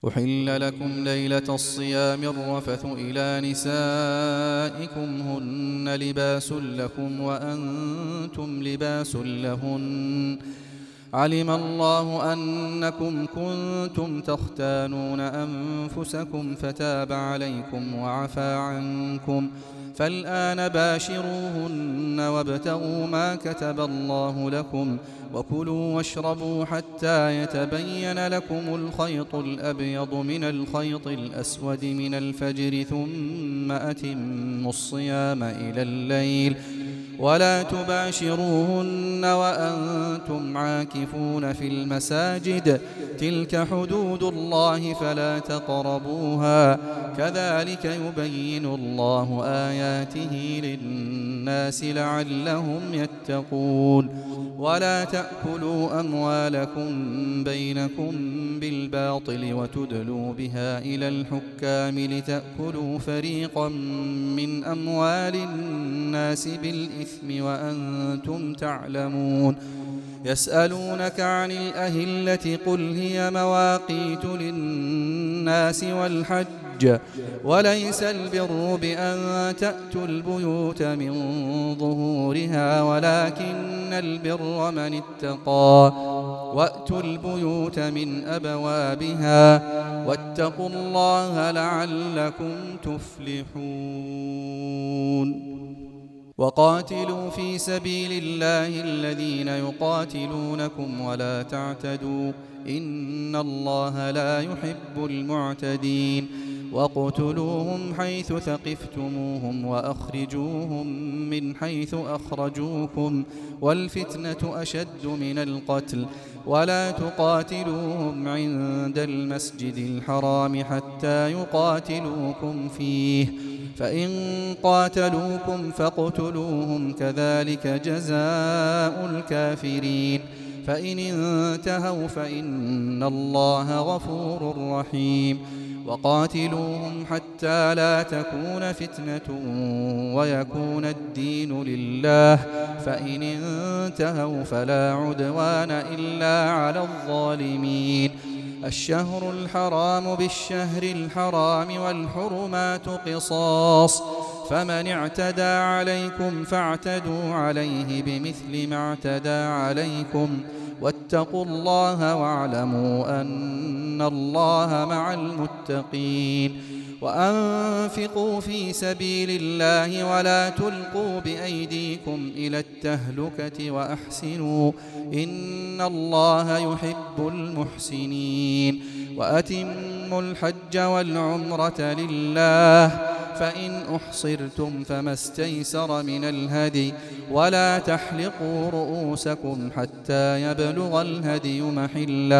أحل لكم ليلة الصيام الرفث إلى نسائكم هن لباس لكم وأنتم لباس لهن علم الله أنكم كنتم تختانون أنفسكم فتاب عليكم وعفى عنكم فالآن باشروهن وابتغوا ما كتب الله لكم وكلوا واشربوا حتى يتبين لكم الخيط الأبيض من الخيط الأسود من الفجر ثم أتموا الصيام إلى الليل ولا تباشروهن وأنتم عاكفون في المساجد تلك حدود الله فلا تقربوها كذلك يبين الله آياته للناس لعلهم يتقون ولا تأكلوا أموالكم بينكم بالباطل وتدلوا بها إلى الحكام لتأكلوا فريقا من أموال الناس بالإثم وأنتم تعلمون يسألونك عن الأهلة قل هي مواقيت للناس والحج وليس البر بأن تأتوا البيوت من ظهورها ولكن البر من اتقى وأتوا البيوت من أبوابها واتقوا الله لعلكم تفلحون وقاتلوا في سبيل الله الذين يقاتلونكم ولا تعتدوا إن الله لا يحب المعتدين واقتلوهم حيث ثقفتموهم وأخرجوهم من حيث أخرجوكم والفتنة أشد من القتل ولا تقاتلوهم عند المسجد الحرام حتى يقاتلوكم فيه فإن قاتلوكم فاقتلوهم كذلك جزاء الكافرين فإن انتهوا فإن الله غفور رحيم وقاتلوهم حتى لا تكون فتنة ويكون الدين لله فإن انتهوا فلا عدوان إلا على الظالمين الشهر الحرام بالشهر الحرام والحرمات قصاص فمن اعتدى عليكم فاعتدوا عليه بمثل ما اعتدى عليكم واتقوا الله واعلموا أن الله مع المتقين وأنفقوا في سبيل الله ولا تلقوا بأيديكم إلى التهلكة وأحسنوا إن الله يحب المحسنين وأتموا الحج والعمرة لله فإن أحصرتم فما استيسر من الهدي ولا تحلقوا رؤوسكم حتى يبلغ الهدي محله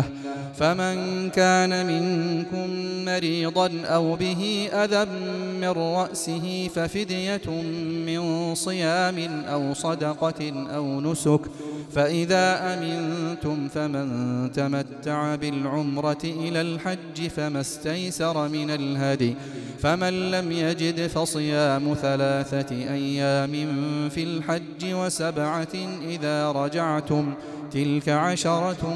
فمن كان منكم مريضا أو به أذى من رأسه ففدية من صيام أو صدقة أو نسك فإذا أمنتم فمن تمتع بالعمرة إلى الحج فما استيسر من الهدي فمن لم يجد فصيام ثلاثة أيام في الحج وسبعة إذا رجعتم تلك عشرة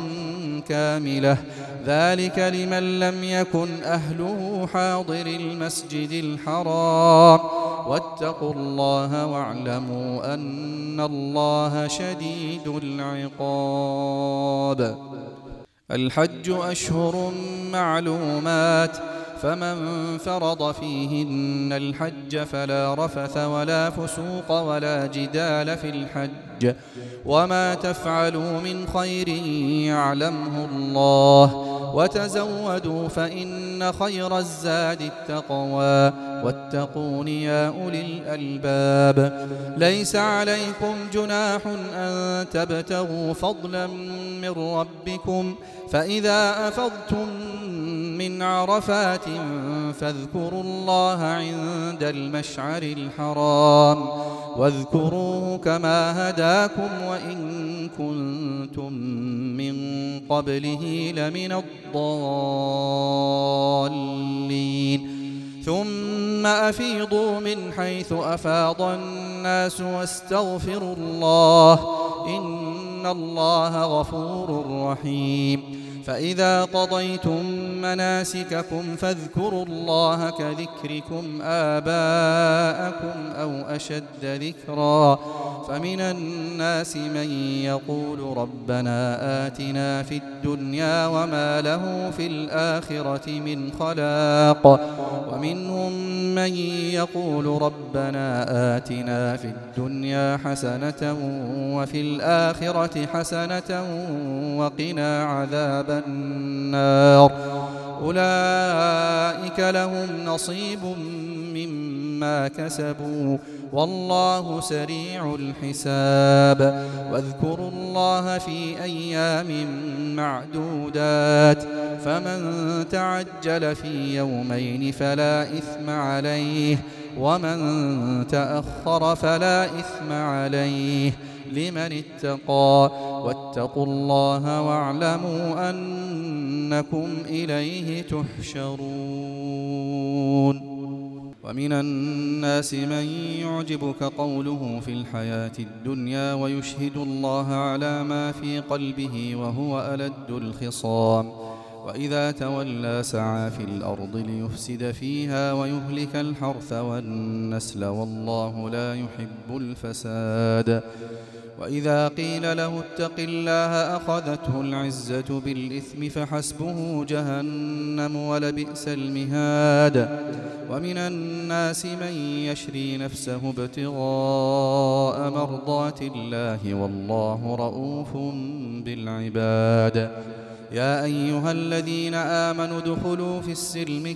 كاملة ذلك لمن لم يكن أهله حاضر المسجد الحرام واتقوا الله واعلموا أن الله شديد العقاب الحج أشهر معلومات فمن فرض فيهن الحج فلا رفث ولا فسوق ولا جدال في الحج وما تفعلوا من خير يعلمه الله وتزودوا فإن خير الزاد التقوى واتقون يا أولي الألباب ليس عليكم جناح أن تبتغوا فضلا من ربكم فإذا أفضتم من عرفات فاذكروا الله عند المشعر الحرام واذكروه كما هداكم وإن كنتم من قبله لمن الضالين ثم أفيضوا من حيث أفاض الناس واستغفروا الله إن الله غفور رحيم فإذا قضيتم مناسككم فاذكروا الله كذكركم آباءكم أو أشد ذكرا فمن الناس من يقول ربنا آتنا في الدنيا وما له في الآخرة من خلاق ومنهم من يقول ربنا آتنا في الدنيا حسنة وفي الآخرة حسنة وقنا عذاب النار أولئك لهم نصيب مما كسبوا والله سريع الحساب واذكروا الله في أيام معدودات فمن تعجل في يومين فلا إثم عليه ومن تأخر فلا إثم عليه لمن اتقى واتقوا الله واعلموا أنكم إليه تحشرون ومن الناس من يعجبك قوله في الحياة الدنيا ويشهد الله على ما في قلبه وهو ألد الخصام وإذا تولى سعى في الأرض ليفسد فيها ويهلك الحرث والنسل والله لا يحب الفساد وإذا قيل له اتق الله أخذته العزة بالإثم فحسبه جهنم ولبئس المهاد ومن الناس من يشري نفسه ابتغاء مرضات الله والله رؤوف بالعباد يا أيها الذين آمنوا ادخلوا في السلم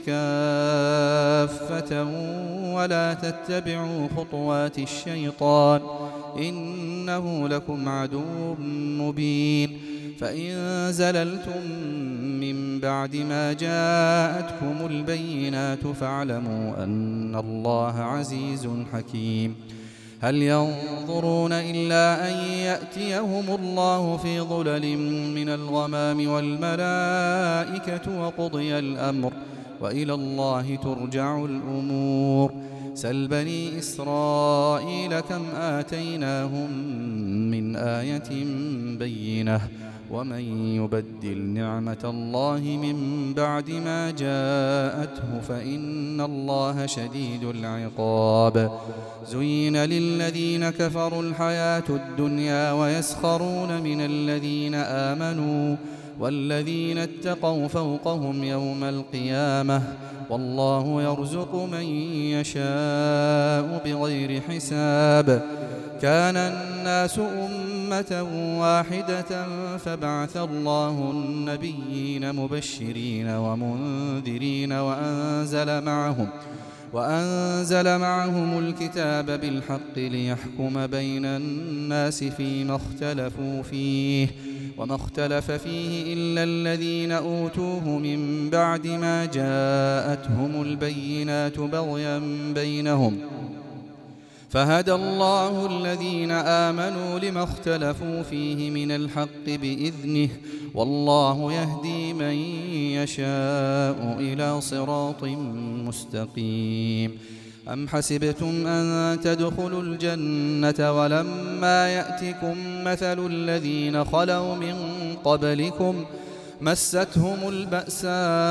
كافة ولا تتبعوا خطوات الشيطان إنه لكم عدو مبين فإن زللتم من بعد ما جاءتكم البينات فاعلموا أن الله عزيز حكيم هل ينظرون إلا أن يأتيهم الله في ظلل من الغمام والملائكة وقضي الأمر وإلى الله ترجع الأمور سل بني إسرائيل كم آتيناهم من آية بينة ومن يبدل نعمة الله من بعد ما جاءته فإن الله شديد العقاب زين للذين كفروا الحياة الدنيا ويسخرون من الذين آمنوا والذين اتقوا فوقهم يوم القيامة والله يرزق من يشاء بغير حساب كان الناس أمة واحدة فبعث الله النبيين مبشرين ومنذرين وأنزل معهم وأنزل معهم الكتاب بالحق ليحكم بين الناس فيما اختلفوا فيه وما اختلف فيه إلا الذين أوتوه من بعد ما جاءتهم البينات بغيا بينهم فهدى الله الذين آمنوا لما اختلفوا فيه من الحق بإذنه والله يهدي من يشاء إلى صراط مستقيم أم حسبتم أن تدخلوا الجنة ولما يأتكم مثل الذين خلوا من قبلكم مستهم البأساء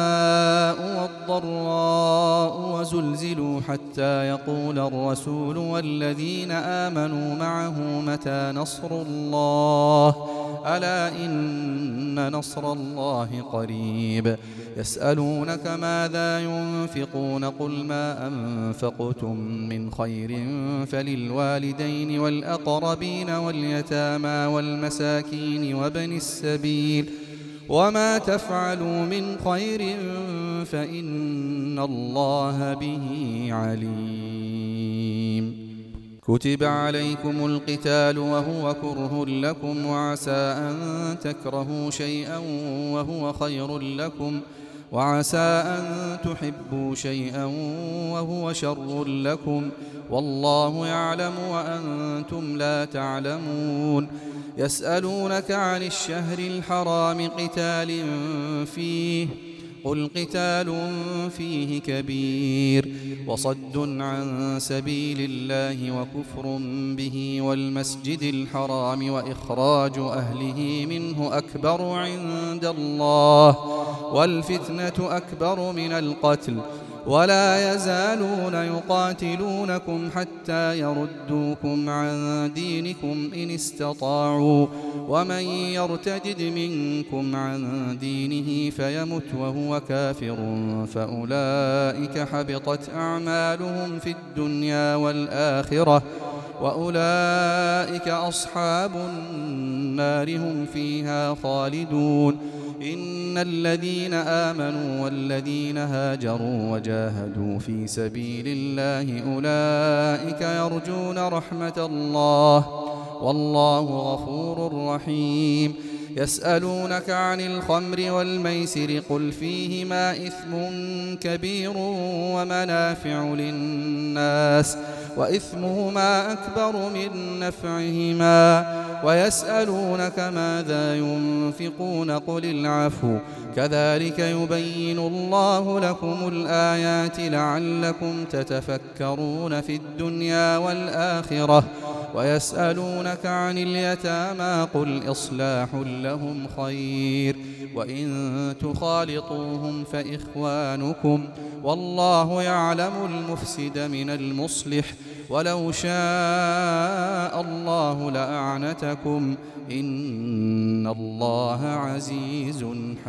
والضراء وزلزلوا حتى يقول الرسول والذين آمنوا معه متى نصر الله ألا إن نصر الله قريب يسألونك ماذا ينفقون قل ما أنفقتم من خير فللوالدين والأقربين واليتامى والمساكين وابن السبيل وما تفعلوا من خير فإن الله به عليم كتب عليكم القتال وهو كره لكم وعسى أن تكرهوا شيئا وهو خير لكم وعسى أن تحبوا شيئا وهو شر لكم والله يعلم وأنتم لا تعلمون يسألونك عن الشهر الحرام قتال فيه قل قتال فيه كبير وصد عن سبيل الله وكفر به والمسجد الحرام وإخراج أهله منه أكبر عند الله والفتنة أكبر من القتل ولا يزالون يقاتلونكم حتى يردوكم عن دينكم إن استطاعوا ومن يرتد منكم عن دينه فيمت وهو كافر فأولئك حبطت أعمالهم في الدنيا والآخرة وأولئك أصحاب النار هم فيها خالدون إن الذين آمنوا والذين هاجروا وجاهدوا في سبيل الله أولئك يرجون رحمة الله والله غفور رحيم يسألونك عن الخمر والميسر قل فيهما إثم كبير ومنافع للناس وإثمهما أكبر من نفعهما ويسألونك ماذا ينفقون قل العفو كذلك يبين الله لكم الآيات لعلكم تتفكرون في الدنيا والآخرة ويسألونك عن اليتامى قل إصلاح لهم خير وإن تخالطوهم فإخوانكم والله يعلم المفسد من المصلح ولو شاء الله لأعنتكم إن الله عزيز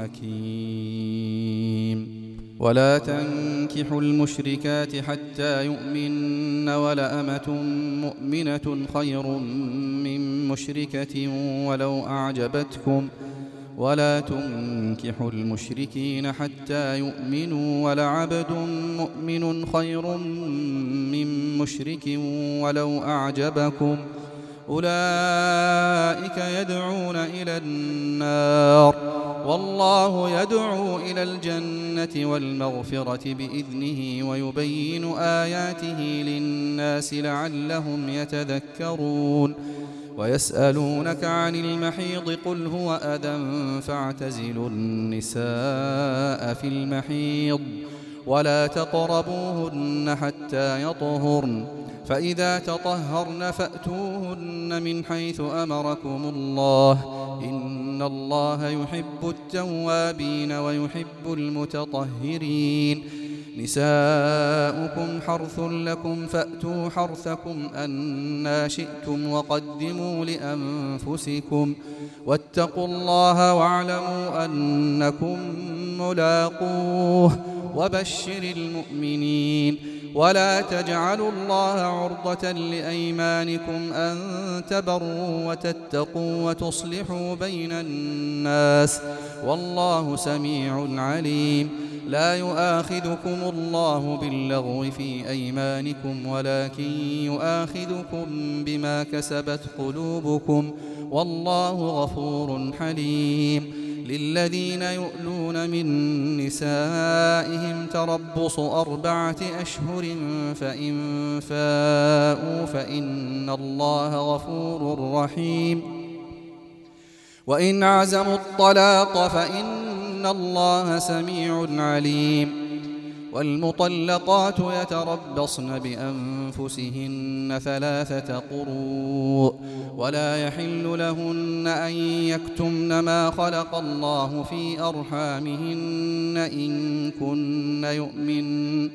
حكيم ولا تنكحوا المشركات حتى يؤمن ولأمة مؤمنة خير من مشركة ولو أعجبتكم ولا تنكحوا المشركين حتى يؤمنوا ولعبد مؤمن خير من مشرك ولو أعجبكم أولئك يدعون إلى النار والله يدعو إلى الجنة والمغفرة بإذنه ويبين آياته للناس لعلهم يتذكرون ويسألونك عن المحيض قل هو أذى فاعتزلوا النساء في المحيض ولا تقربوهن حتى يطهرن فإذا تطهرن فأتوهن من حيث أمركم الله إن الله يحب التوابين ويحب المتطهرين نساؤكم حرث لكم فأتوا حرثكم أنى شئتم وقدموا لأنفسكم واتقوا الله واعلموا أنكم ملاقوه وبشر المؤمنين ولا تجعلوا الله عرضة لأيمانكم أن تبروا وتتقوا وتصلحوا بين الناس والله سميع عليم لا يؤاخذكم الله باللغو في أيمانكم ولكن يؤاخذكم بما كسبت قلوبكم والله غفور حليم للذين يؤلون من نسائهم تربص أربعة أشهر فإن فاءوا فإن الله غفور رحيم وإن عزموا الطلاق فإن الله سميع عليم والمطلقات يتربصن بأنفسهن ثلاثة قروء ولا يحل لهن أن يكتمن ما خلق الله في أرحامهن إن كن يؤمن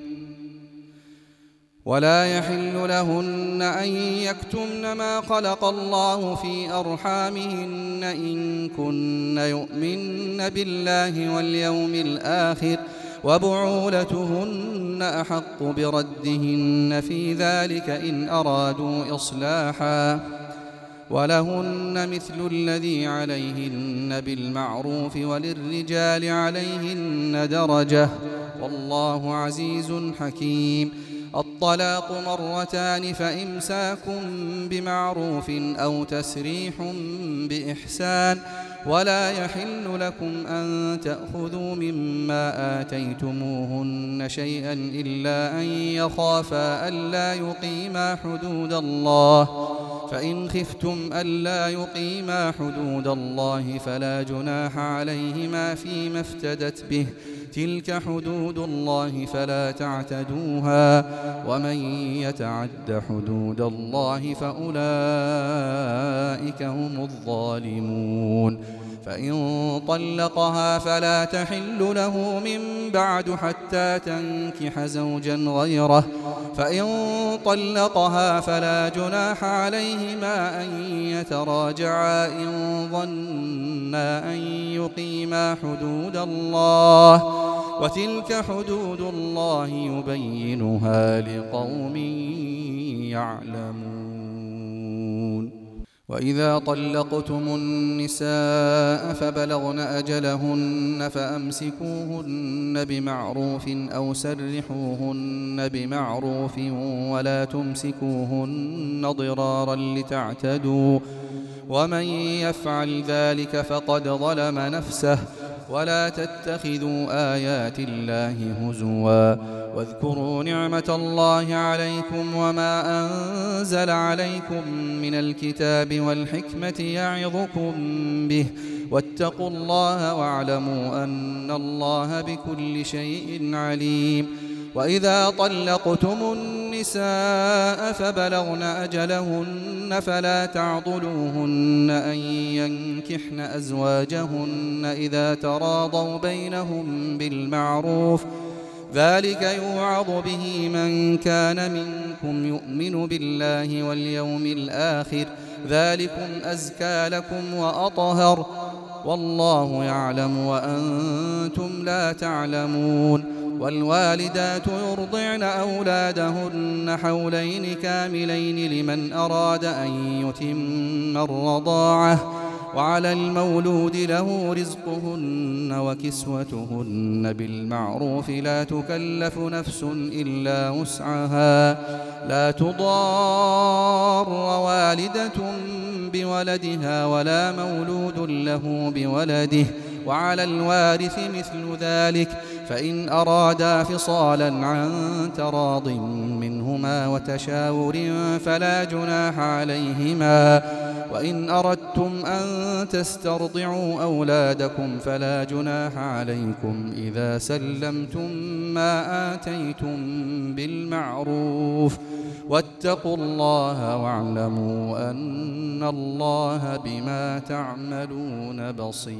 ولا يحل لهن أن يكتمن ما خلق الله في أرحامهن إن كن يؤمن بالله واليوم الآخر وبعولتهن أحق بردهن في ذلك إن أرادوا إصلاحا ولهن مثل الذي عليهن بالمعروف وللرجال عليهن درجة والله عزيز حكيم الطلاق مرتان فإمساك بمعروف أو تسريح بإحسان ولا يحل لكم أن تأخذوا مما آتيتموهن شيئا إلا أن يخافا ألا يقيما حدود الله فإن خفتم ألا يقيما حدود الله فلا جناح عليهما فيما افتدت به تلك حدود الله فلا تعتدوها ومن يتعد حدود الله فأولئك هم الظالمون فإن طلقها فلا تحل له من بعد حتى تنكح زوجا غيره فإن طلقها فلا جناح عليهما أن يتراجعا إن ظنا أن يقيما حدود الله وتلك حدود الله يبينها لقوم يعلمون. وإذا طلقتم النساء فبلغن أجلهن فأمسكوهن بمعروف أو سرحوهن بمعروف ولا تمسكوهن ضرارا لتعتدوا ومن يفعل ذلك فقد ظلم نفسه ولا تتخذوا آيات الله هزوا واذكروا نعمة الله عليكم وما أنزل عليكم من الكتاب والحكمة يعظكم به واتقوا الله واعلموا أن الله بكل شيء عليم. وإذا طلقتم النساء فبلغن أجلهن فلا تعضلوهن أن ينكحن أزواجهن إذا تراضوا بينهم بالمعروف ذلك يوعظ به من كان منكم يؤمن بالله واليوم الآخر ذلكم أزكى لكم وأطهر والله يعلم وأنتم لا تعلمون. والوالدات يرضعن أولادهن حولين كاملين لمن أراد أن يتم الرضاعة وعلى المولود له رزقهن وكسوتهن بالمعروف لا تكلف نفس إلا وسعها لا تضار والدة بولدها ولا مولود له بولده وعلى الوارث مثل ذلك فإن أرادا فصالا عن تراض منهما وتشاور فلا جناح عليهما وإن أردتم أن تسترضعوا أولادكم فلا جناح عليكم إذا سلمتم ما آتيتم بالمعروف واتقوا الله واعلموا أن الله بما تعملون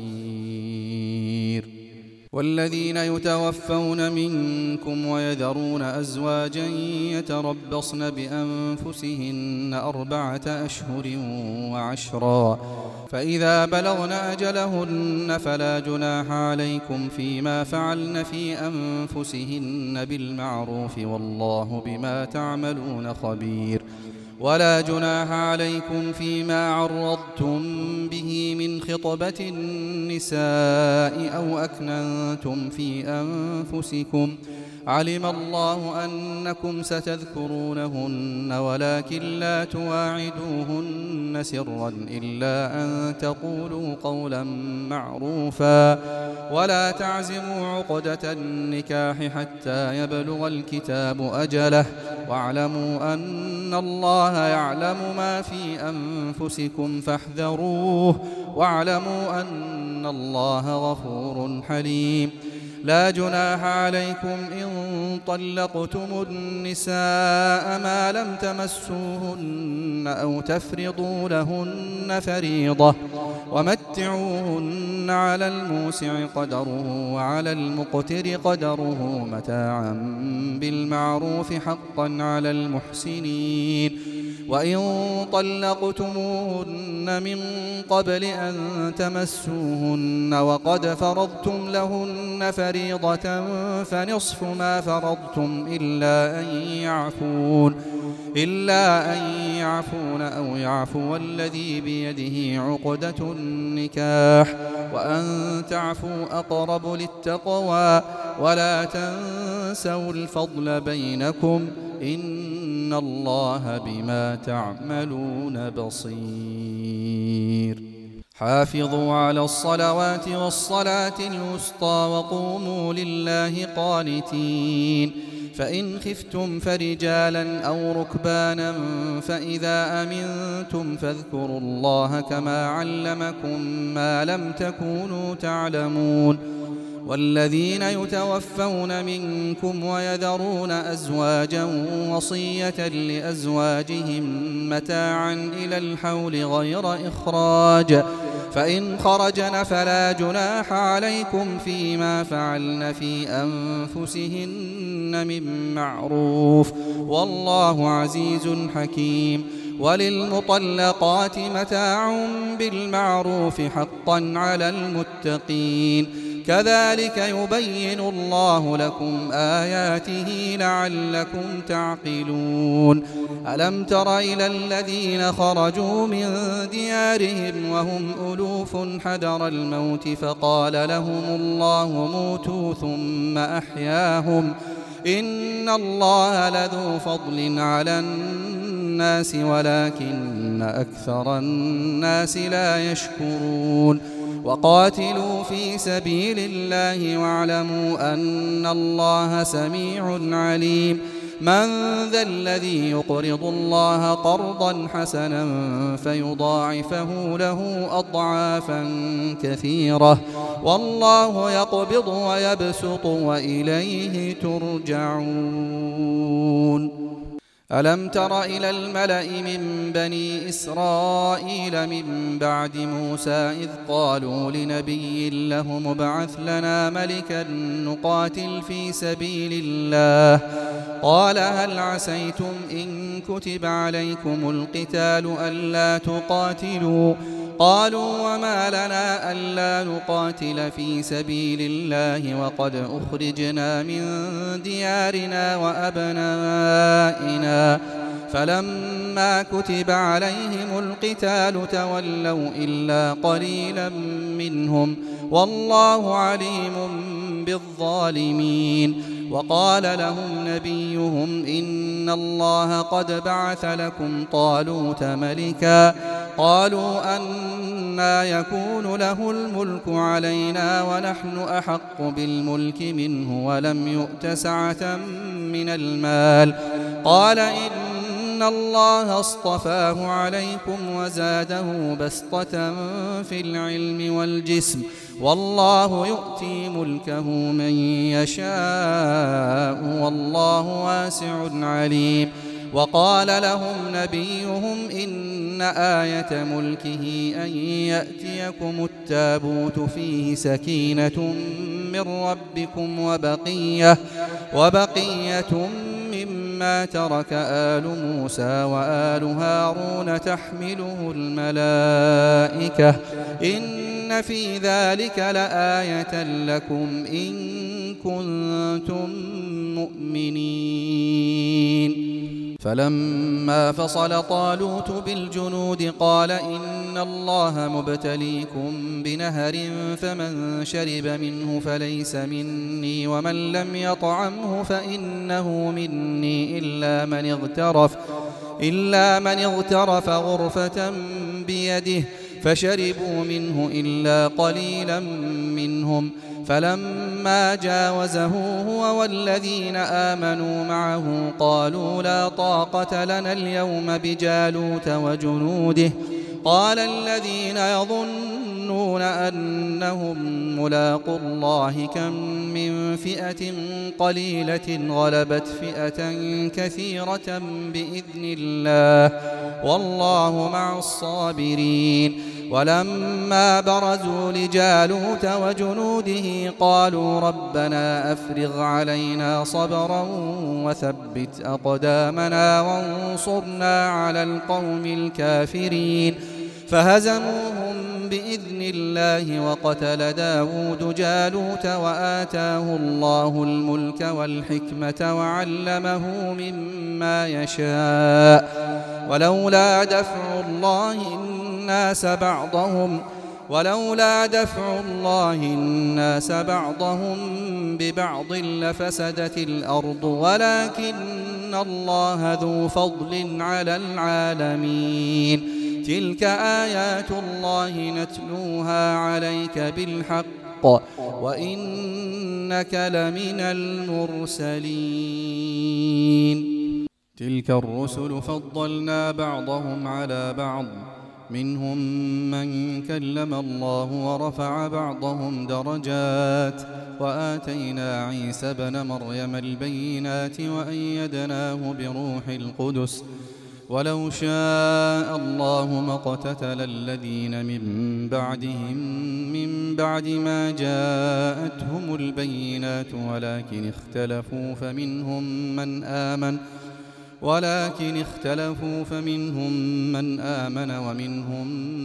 بصير. والذين يتوفون منكم ويذرون أزواجا يتربصن بأنفسهن أربعة أشهر وعشرا فإذا بلغن أجلهن فلا جناح عليكم فيما فعلن في أنفسهن بالمعروف والله بما تعملون خبير. ولا جناح عليكم فيما عرضتم به من خطبة النساء أو أكننتم في أنفسكم علم الله أنكم ستذكرونهن ولكن لا تواعدوهن سرا إلا أن تقولوا قولا معروفا ولا تعزموا عقدة النكاح حتى يبلغ الكتاب أجله واعلموا أن الله يعلم ما في أنفسكم فاحذروه واعلموا أن الله غفور حليم. لا جناح عليكم إن طلقتم النساء ما لم تمسوهن أو تفرضوا لهن فريضة ومتعوهن على الموسع قدره وعلى المقتر قدره متاعا بالمعروف حقا على المحسنين. وإن طلقتموهن من قبل أن تمسوهن وقد فرضتم لهن فريضة فنصف ما فرضتم إلا أن يعفون إلا أن يعفون أو يعفو الذي بيده عقدة النكاح وأن تعفوا أقرب للتقوى ولا تنسوا الفضل بينكم إن الله بما تعملون بصير. حافظوا على الصلوات والصلاة الوسطى وقوموا لله قانتين. فإن خفتم فرجالا أو ركبانا فإذا أمنتم فاذكروا الله كما علمكم ما لم تكونوا تعلمون والذين يتوفون منكم ويذرون أزواجا وصية لأزواجهم متاعا إلى الحول غير إخراج فإن خرجن فلا جناح عليكم فيما فعلن في أنفسهن من معروف والله عزيز حكيم وللمطلقات متاع بالمعروف حقا على المتقين كذلك يبين الله لكم آياته لعلكم تعقلون ألم تر إلى الذين خرجوا من ديارهم وهم ألوف حذر الموت فقال لهم الله موتوا ثم أحياهم إن الله لذو فضل على الناس ولكن أكثر الناس لا يشكرون وقاتلوا في سبيل الله واعلموا أن الله سميع عليم من ذا الذي يقرض الله قرضا حسنا فيضاعفه له أضعافا كثيرة والله يقبض ويبسط وإليه ترجعون ألم تر إلى الملأ من بني إسرائيل من بعد موسى إذ قالوا لنبي لهم ابعث لنا ملكا نقاتل في سبيل الله قال هل عسيتم إن كتب عليكم القتال ألا تقاتلوا قالوا وما لنا ألا نقاتل في سبيل الله وقد أخرجنا من ديارنا وأبنائنا فلما كتب عليهم القتال تولوا إلا قليلا منهم والله عليم بالظالمين وقال لهم نبيهم إن الله قد بعث لكم طالوت ملكا قالوا أنى يكون له الملك علينا ونحن أحق بالملك منه ولم يؤت سعة من المال قال إن الله اصطفاه عليكم وزاده بسطة في العلم والجسم والله يؤتي ملكه من يشاء والله واسع عليم وقال لهم نبيهم إن آية ملكه أن يأتيكم التابوت فيه سكينة من ربكم وبقية, وبقية مما ترك آل موسى وآل هارون تحمله الملائكة إن في ذلك لآية لكم إن كنتم مؤمنين فلما فصل طالوت بالجنود قال إن الله مبتليكم بنهر فمن شرب منه فليس مني ومن لم يطعمه فإنه مني إلا من اغترف إلا من اغترف غرفة بيده فشربوا منه إلا قليلا منهم فلما جاوزه هو والذين آمنوا معه قالوا لا طاقة لنا اليوم بجالوت وجنوده قال الذين يظنون أنهم ملاقو الله كم من فئة قليلة غلبت فئة كثيرة بإذن الله والله مع الصابرين ولما برزوا لجالوت وجنوده قالوا ربنا أفرغ علينا صبرا وثبت أقدامنا وانصرنا على القوم الكافرين فهزموهم بإذن الله وقتل داود جالوت وآتاه الله الملك والحكمة وعلمه مما يشاء ولولا دفع الله الناس بعضهم ولولا دفع الله الناس بعضهم ببعض لفسدت الأرض ولكن الله ذو فضل على العالمين تلك آيات الله نتلوها عليك بالحق بالحق وإنك لمن المرسلين. تلك الرسل فضلنا بعضهم على بعض، منهم من كلم الله ورفع بعضهم درجات، وآتينا عيسى ابن مريم البينات وأيدناه بروح القدس، ولو شاء الله ما اقتتل الذين من بعدهم من بعد ما جاءتهم البينات ولكن اختلفوا فمنهم من آمن ولكن اختلفوا فمنهم من آمن ومنهم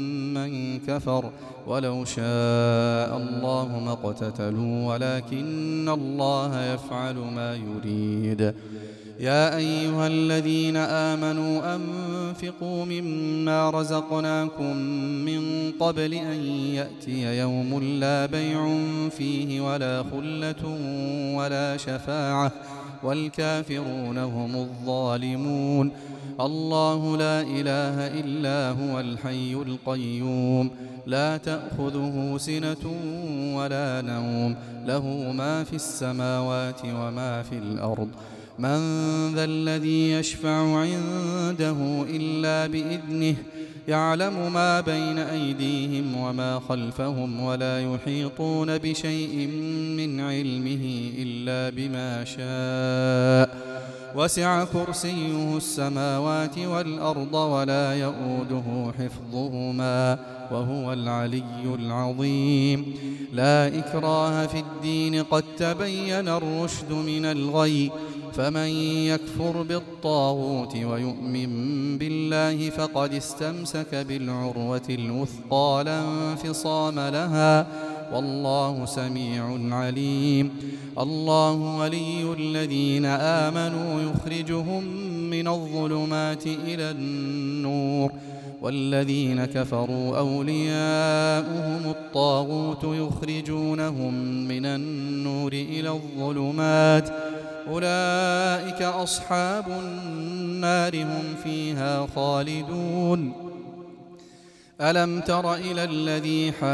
من كفر، ولو شاء الله ما اقتتلوا ولكن الله يفعل ما يريد. يا أيها الذين آمنوا أنفقوا مما رزقناكم من قبل أن يأتي يوم لا بيع فيه ولا خلة ولا شفاعة والكافرون هم الظالمون. الله لا إله إلا هو الحي القيوم، لا تأخذه سنة ولا نوم، له ما في السماوات وما في الأرض. من ذا الذي يشفع عنده إلا بإذنه، يعلم ما بين أيديهم وما خلفهم ولا يحيطون بشيء من علمه إلا بما شاء، وسع كرسيه السماوات والأرض ولا يؤوده حفظهما وهو العلي العظيم. لا إكراه في الدين، قد تبين الرشد من الغي، فمن يكفر بالطاغوت ويؤمن بالله فقد استمسك بالعروة الوثقى لا انفصام لها، والله سميع عليم. الله ولي الذين آمنوا يخرجهم من الظلمات إلى النور، والذين كفروا أولياؤهم الطاغوت يخرجونهم من النور إلى الظلمات، أولئك أصحاب النار هم فيها خالدون. ألم تر إلى الذي حاج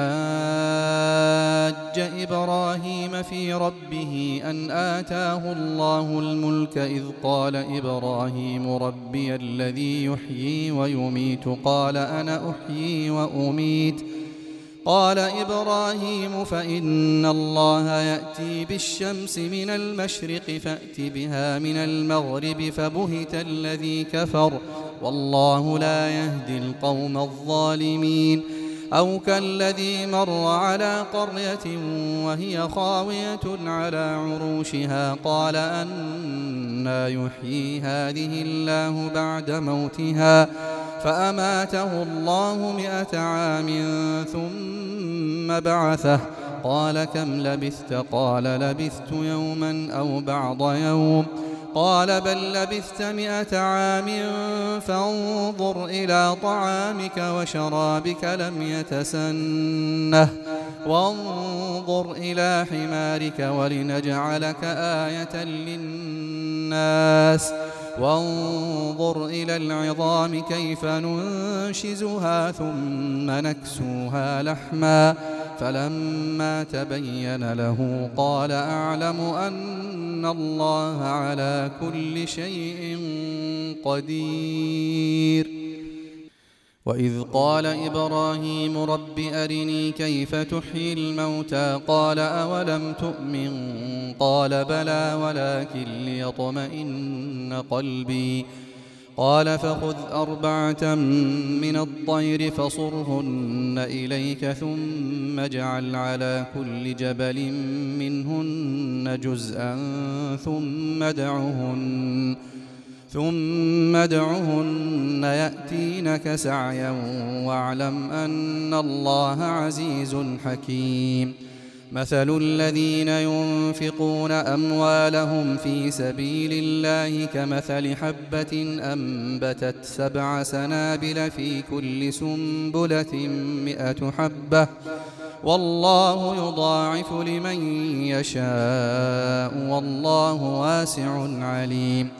إبراهيم في ربه أن آتاه الله الملك إذ قال إبراهيم ربي الذي يحيي ويميت قال أنا أحيي وأميت قال إبراهيم فإن الله يأتي بالشمس من المشرق فأت بها من المغرب فبهت الذي كفر والله لا يهدي القوم الظالمين. أو كالذي مر على قرية وهي خاوية على عروشها قال أنى يحيي هذه الله بعد موتها فأماته الله مئة عام ثم بعثه قال كم لبثت قال لبثت يوما أو بعض يوم قال بل لبثت مئة عام فانظر إلى طعامك وشرابك لم يتسنه وانظر إلى حمارك ولنجعلك آية للناس وانظر إلى العظام كيف ننشزها ثم نكسوها لحما فلما تبين له قال أعلم أن الله على كل شيء قدير. وإذ قال إبراهيم رب أرني كيف تحيي الموتى قال أولم تؤمن قال بلى ولكن ليطمئن قلبي قال فخذ أربعة من الطير فصرهن إليك ثم اجعل على كل جبل منهن جزءا ثم ادعهن ثم ادعهن يأتينك سعيا واعلم أن الله عزيز حكيم. مثل الذين ينفقون أموالهم في سبيل الله كمثل حبة أنبتت سبع سنابل في كل سنبلة مئة حبة والله يضاعف لمن يشاء والله واسع عليم.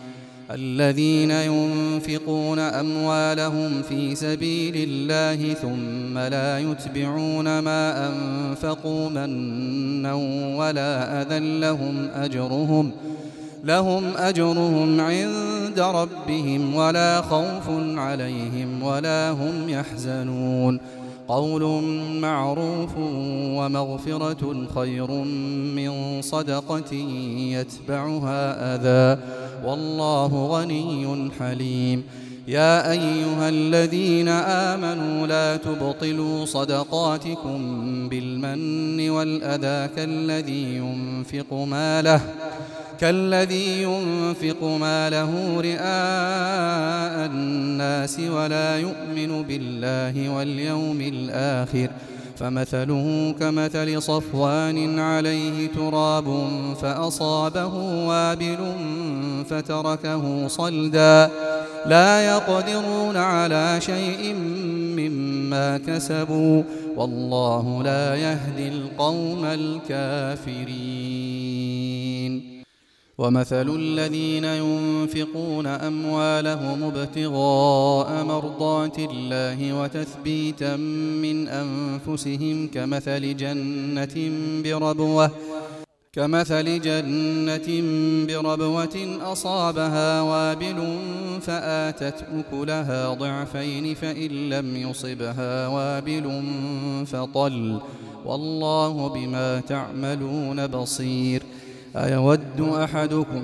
الذين ينفقون أموالهم في سبيل الله ثم لا يتبعون ما أنفقوا منا ولا أذى لهم أجرهم لهم أجرهم عند ربهم ولا خوف عليهم ولا هم يحزنون قول معروف ومغفرة خير من صدقة يتبعها أذى والله غني حليم يا أيها الذين آمنوا لا تبطلوا صدقاتكم بالمن والأذى كالذي ينفق ماله كالذي ينفق ماله رئاء الناس ولا يؤمن بالله واليوم الآخر فمثله كمثل صفوان عليه تراب فأصابه وابل فتركه صلدا لا يقدرون على شيء مما كسبوا والله لا يهدي القوم الكافرين ومثل الذين ينفقون أموالهم ابتغاء مرضات الله وتثبيتا من أنفسهم كمثل جنة بربوة كمثل جنة بربوة أصابها وابل فآتت أكلها ضعفين فإن لم يصبها وابل فطل والله بما تعملون بصير أيود أحدكم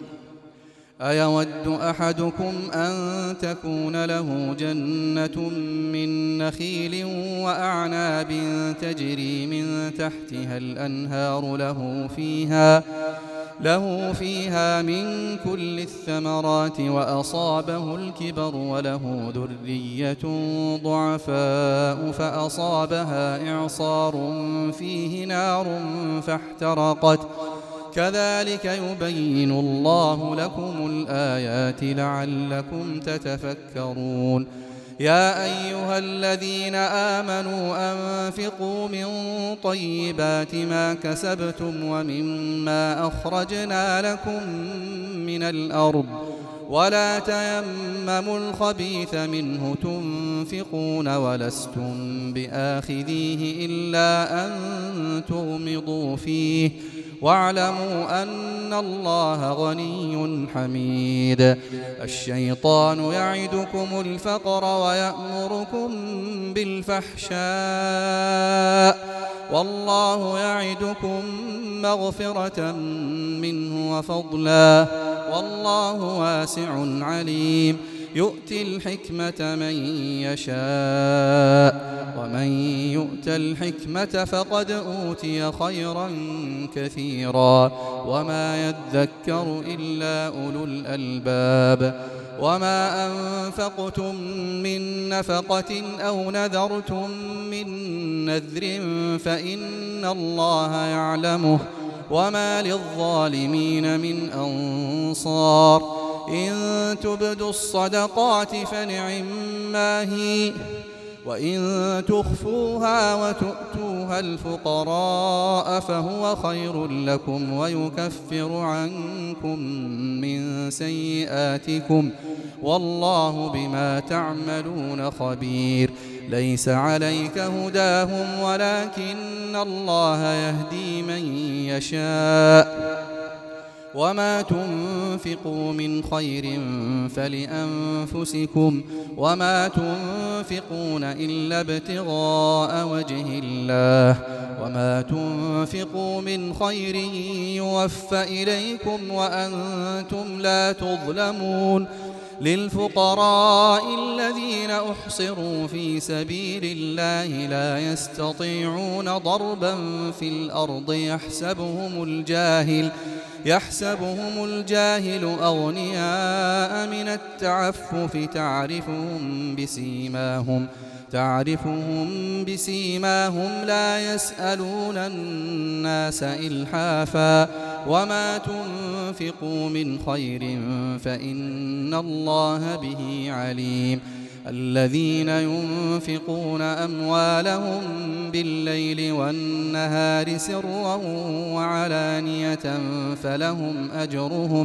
أيود أحدكم أن تكون له جنة من نخيل وأعناب تجري من تحتها الأنهار له فيها له فيها من كل الثمرات وأصابه الكبر وله ذرية ضعفاء فأصابها إعصار فيه نار فاحترقت كذلك يبين الله لكم الآيات لعلكم تتفكرون يا أيها الذين آمنوا أنفقوا من طيبات ما كسبتم ومما أخرجنا لكم من الأرض ولا تيمموا الخبيث منه تنفقون ولستم بآخذيه إلا أن تغمضوا فيه واعلموا أن الله غني حميد الشيطان يعدكم الفقر ويأمركم بالفحشاء والله يعدكم مغفرة منه وفضلا والله واسع عليم يؤتي الحكمة من يشاء ومن يؤت الحكمة فقد أوتي خيرا كثيرا وما يذكر إلا أولو الألباب وما أنفقتم من نفقة أو نذرتم من نذر فإن الله يعلمه وما للظالمين من أنصار إن تبدوا الصدقات فنعما هي وإن تخفوها وتؤتوها الفقراء فهو خير لكم ويكفر عنكم من سيئاتكم والله بما تعملون خبير ليس عليك هداهم ولكن الله يهدي من يشاء وما تنفقوا من خير فلأنفسكم وما تنفقون إلا ابتغاء وجه الله وما تنفقوا من خير يوفى إليكم وأنتم لا تظلمون للفقراء الذين أحصروا في سبيل الله لا يستطيعون ضربا في الأرض يحسبهم الجاهل يحسبهم الجاهل أغنياء من التعفف تعرفهم بسيماهم تعرفهم بسيماهم لا يسألون الناس إلحافا وما تنفقوا من خير فإن الله به عليم الذين ينفقون أموالهم بالليل والنهار سرا وعلانية فلهم أجرهم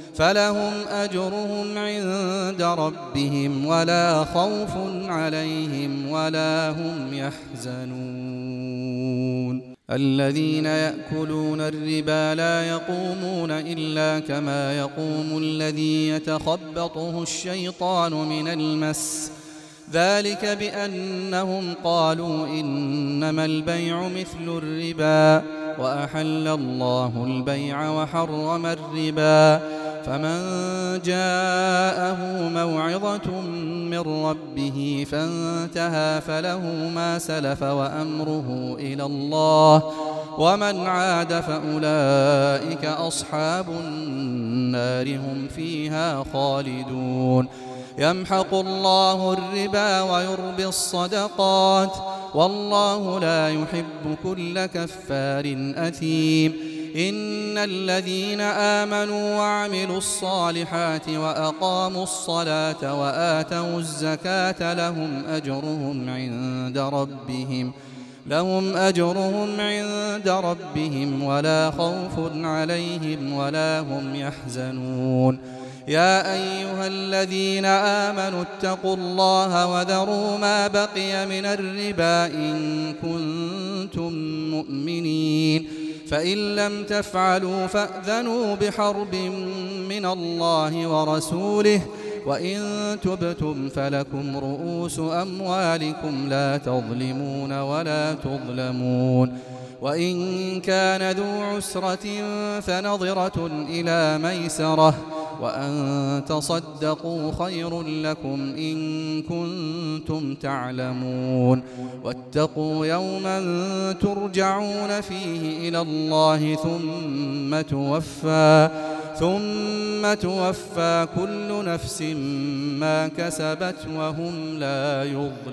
فلهم أجرهم عند ربهم ولا خوف عليهم ولا هم يحزنون. الذين يأكلون الربا لا يقومون إلا كما يقوم الذي يتخبطه الشيطان من المس، ذلك بأنهم قالوا إنما البيع مثل الربا وأحل الله البيع وحرم الربا، فمن جاءه موعظة من ربه فانتهى فله ما سلف وأمره إلى الله، ومن عاد فأولئك أصحاب النار هم فيها خالدون. يمحق الله الربا ويربي الصدقات والله لا يحب كل كفار أثيم. إن الذين آمنوا وعملوا الصالحات وأقاموا الصلاة وآتوا الزكاة لهم أجرهم عند ربهم لهم أجرهم عند ربهم ولا خوف عليهم ولا هم يحزنون. يا أيها الذين آمنوا اتقوا الله وذروا ما بقي من الربا إن كنتم مؤمنين، فإن لم تفعلوا فأذنوا بحرب من الله ورسوله، وإن تبتم فلكم رؤوس أموالكم لا تظلمون ولا تظلمون. وإن كان ذو عسرة فنظرة إلى ميسرة، وأن تصدقوا خير لكم إن كنتم تعلمون. واتقوا يوما ترجعون فيه إلى الله ثم توفى ثم توفى كل نفس ما كسبت وهم لا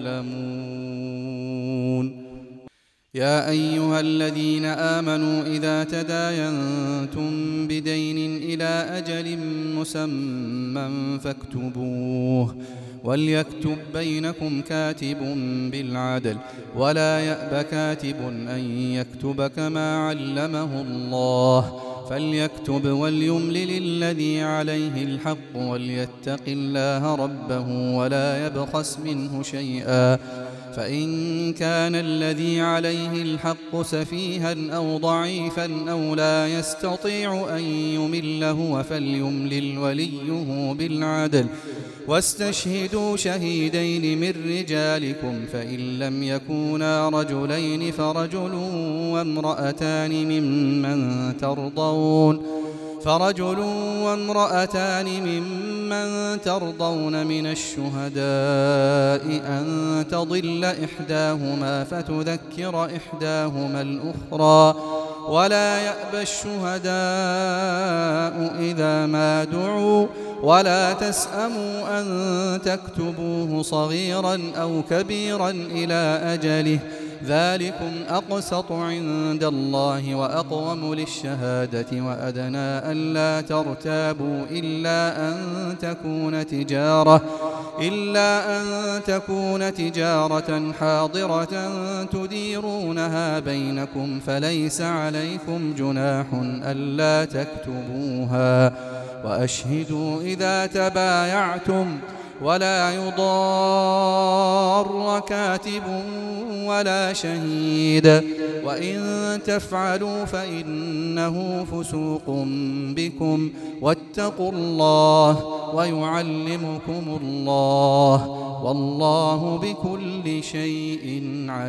يظلمون. يا أيها الذين آمنوا إذا تداينتم بدين إلى أجل مسمى فاكتبوه، وليكتب بينكم كاتب بالعدل ولا يأب كاتب أن يكتب كما علمه الله، فليكتب وليملل الذي عليه الحق وليتق الله ربه ولا يبخس منه شيئا، فإن كان الذي عليه الحق سفيها أو ضعيفا أو لا يستطيع أن يمله فليملل وليه بالعدل، واستشهدوا شهيدين من رجالكم، فإن لم يكونا رجلين فرجل وامرأتان ممن ترضون فرجل وامرأتان ممن ترضون من الشهداء أن تضل إحداهما فتذكر إحداهما الأخرى، ولا يأبى الشهداء إذا ما دعوا، ولا تسأموا أن تكتبوه صغيرا أو كبيرا إلى أجله، ذلكم أقسط عند الله وأقوم للشهادة وأدنى ألا ترتابوا إلا أن تكون تجارة إلا أن تكون تجارة حاضرة تديرونها بينكم، فليس عليكم جناح ألا تكتبوها، وأشهدوا إذا تبايعتم، ولا يضار كاتب ولا شهيد، وإن تفعلوا فإنه فسوق بكم، واتقوا الله ويعلمكم الله، والله بكل شيء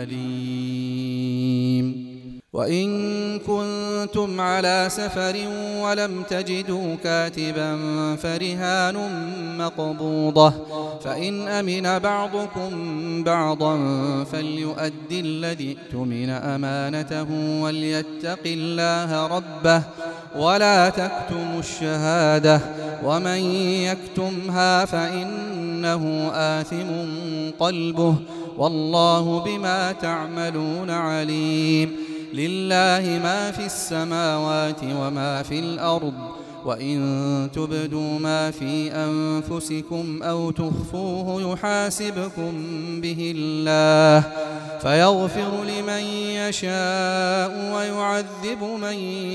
عليم. وإن كنتم على سفر ولم تجدوا كاتبا فرهان مقبوضة، فإن أمن بعضكم بعضا فليؤدي الذي اؤتمن أمانته وليتق الله ربه ولا تكتموا الشهادة، ومن يكتمها فإنه آثم قلبه، والله بما تعملون عليم. لله ما في السماوات وما في الأرض، وإن تبدوا ما في أنفسكم أو تخفوه يحاسبكم به الله فيغفر لمن يشاء ويعذب من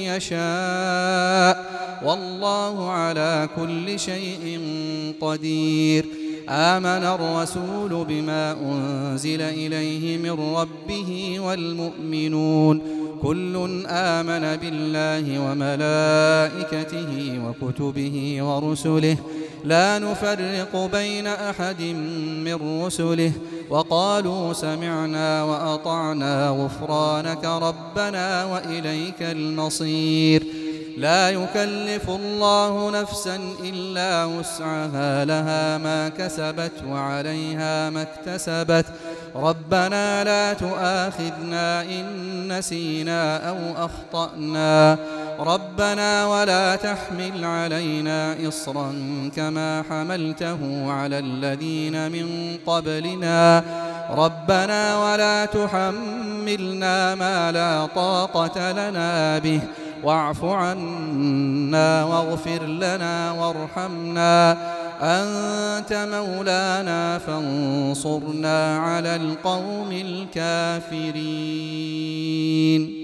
يشاء والله على كل شيء قدير. آمن الرسول بما أنزل إليه من ربه والمؤمنون كل آمن بالله وملائكته وكتبه ورسله لا نفرق بين أحد من رسله وقالوا سمعنا وأطعنا غفرانك ربنا وإليك المصير. لا يكلف الله نفسا إلا وسعها لها ما كسبت وعليها ما اكتسبت ربنا لا تؤاخذنا إن نسينا أو أخطأنا ربنا ولا تحمل علينا إصرا كما حملته على الذين من قبلنا ربنا ولا تحملنا ما لا طاقة لنا به واعف عنا واغفر لنا وارحمنا أنت مولانا فانصرنا على القوم الكافرين.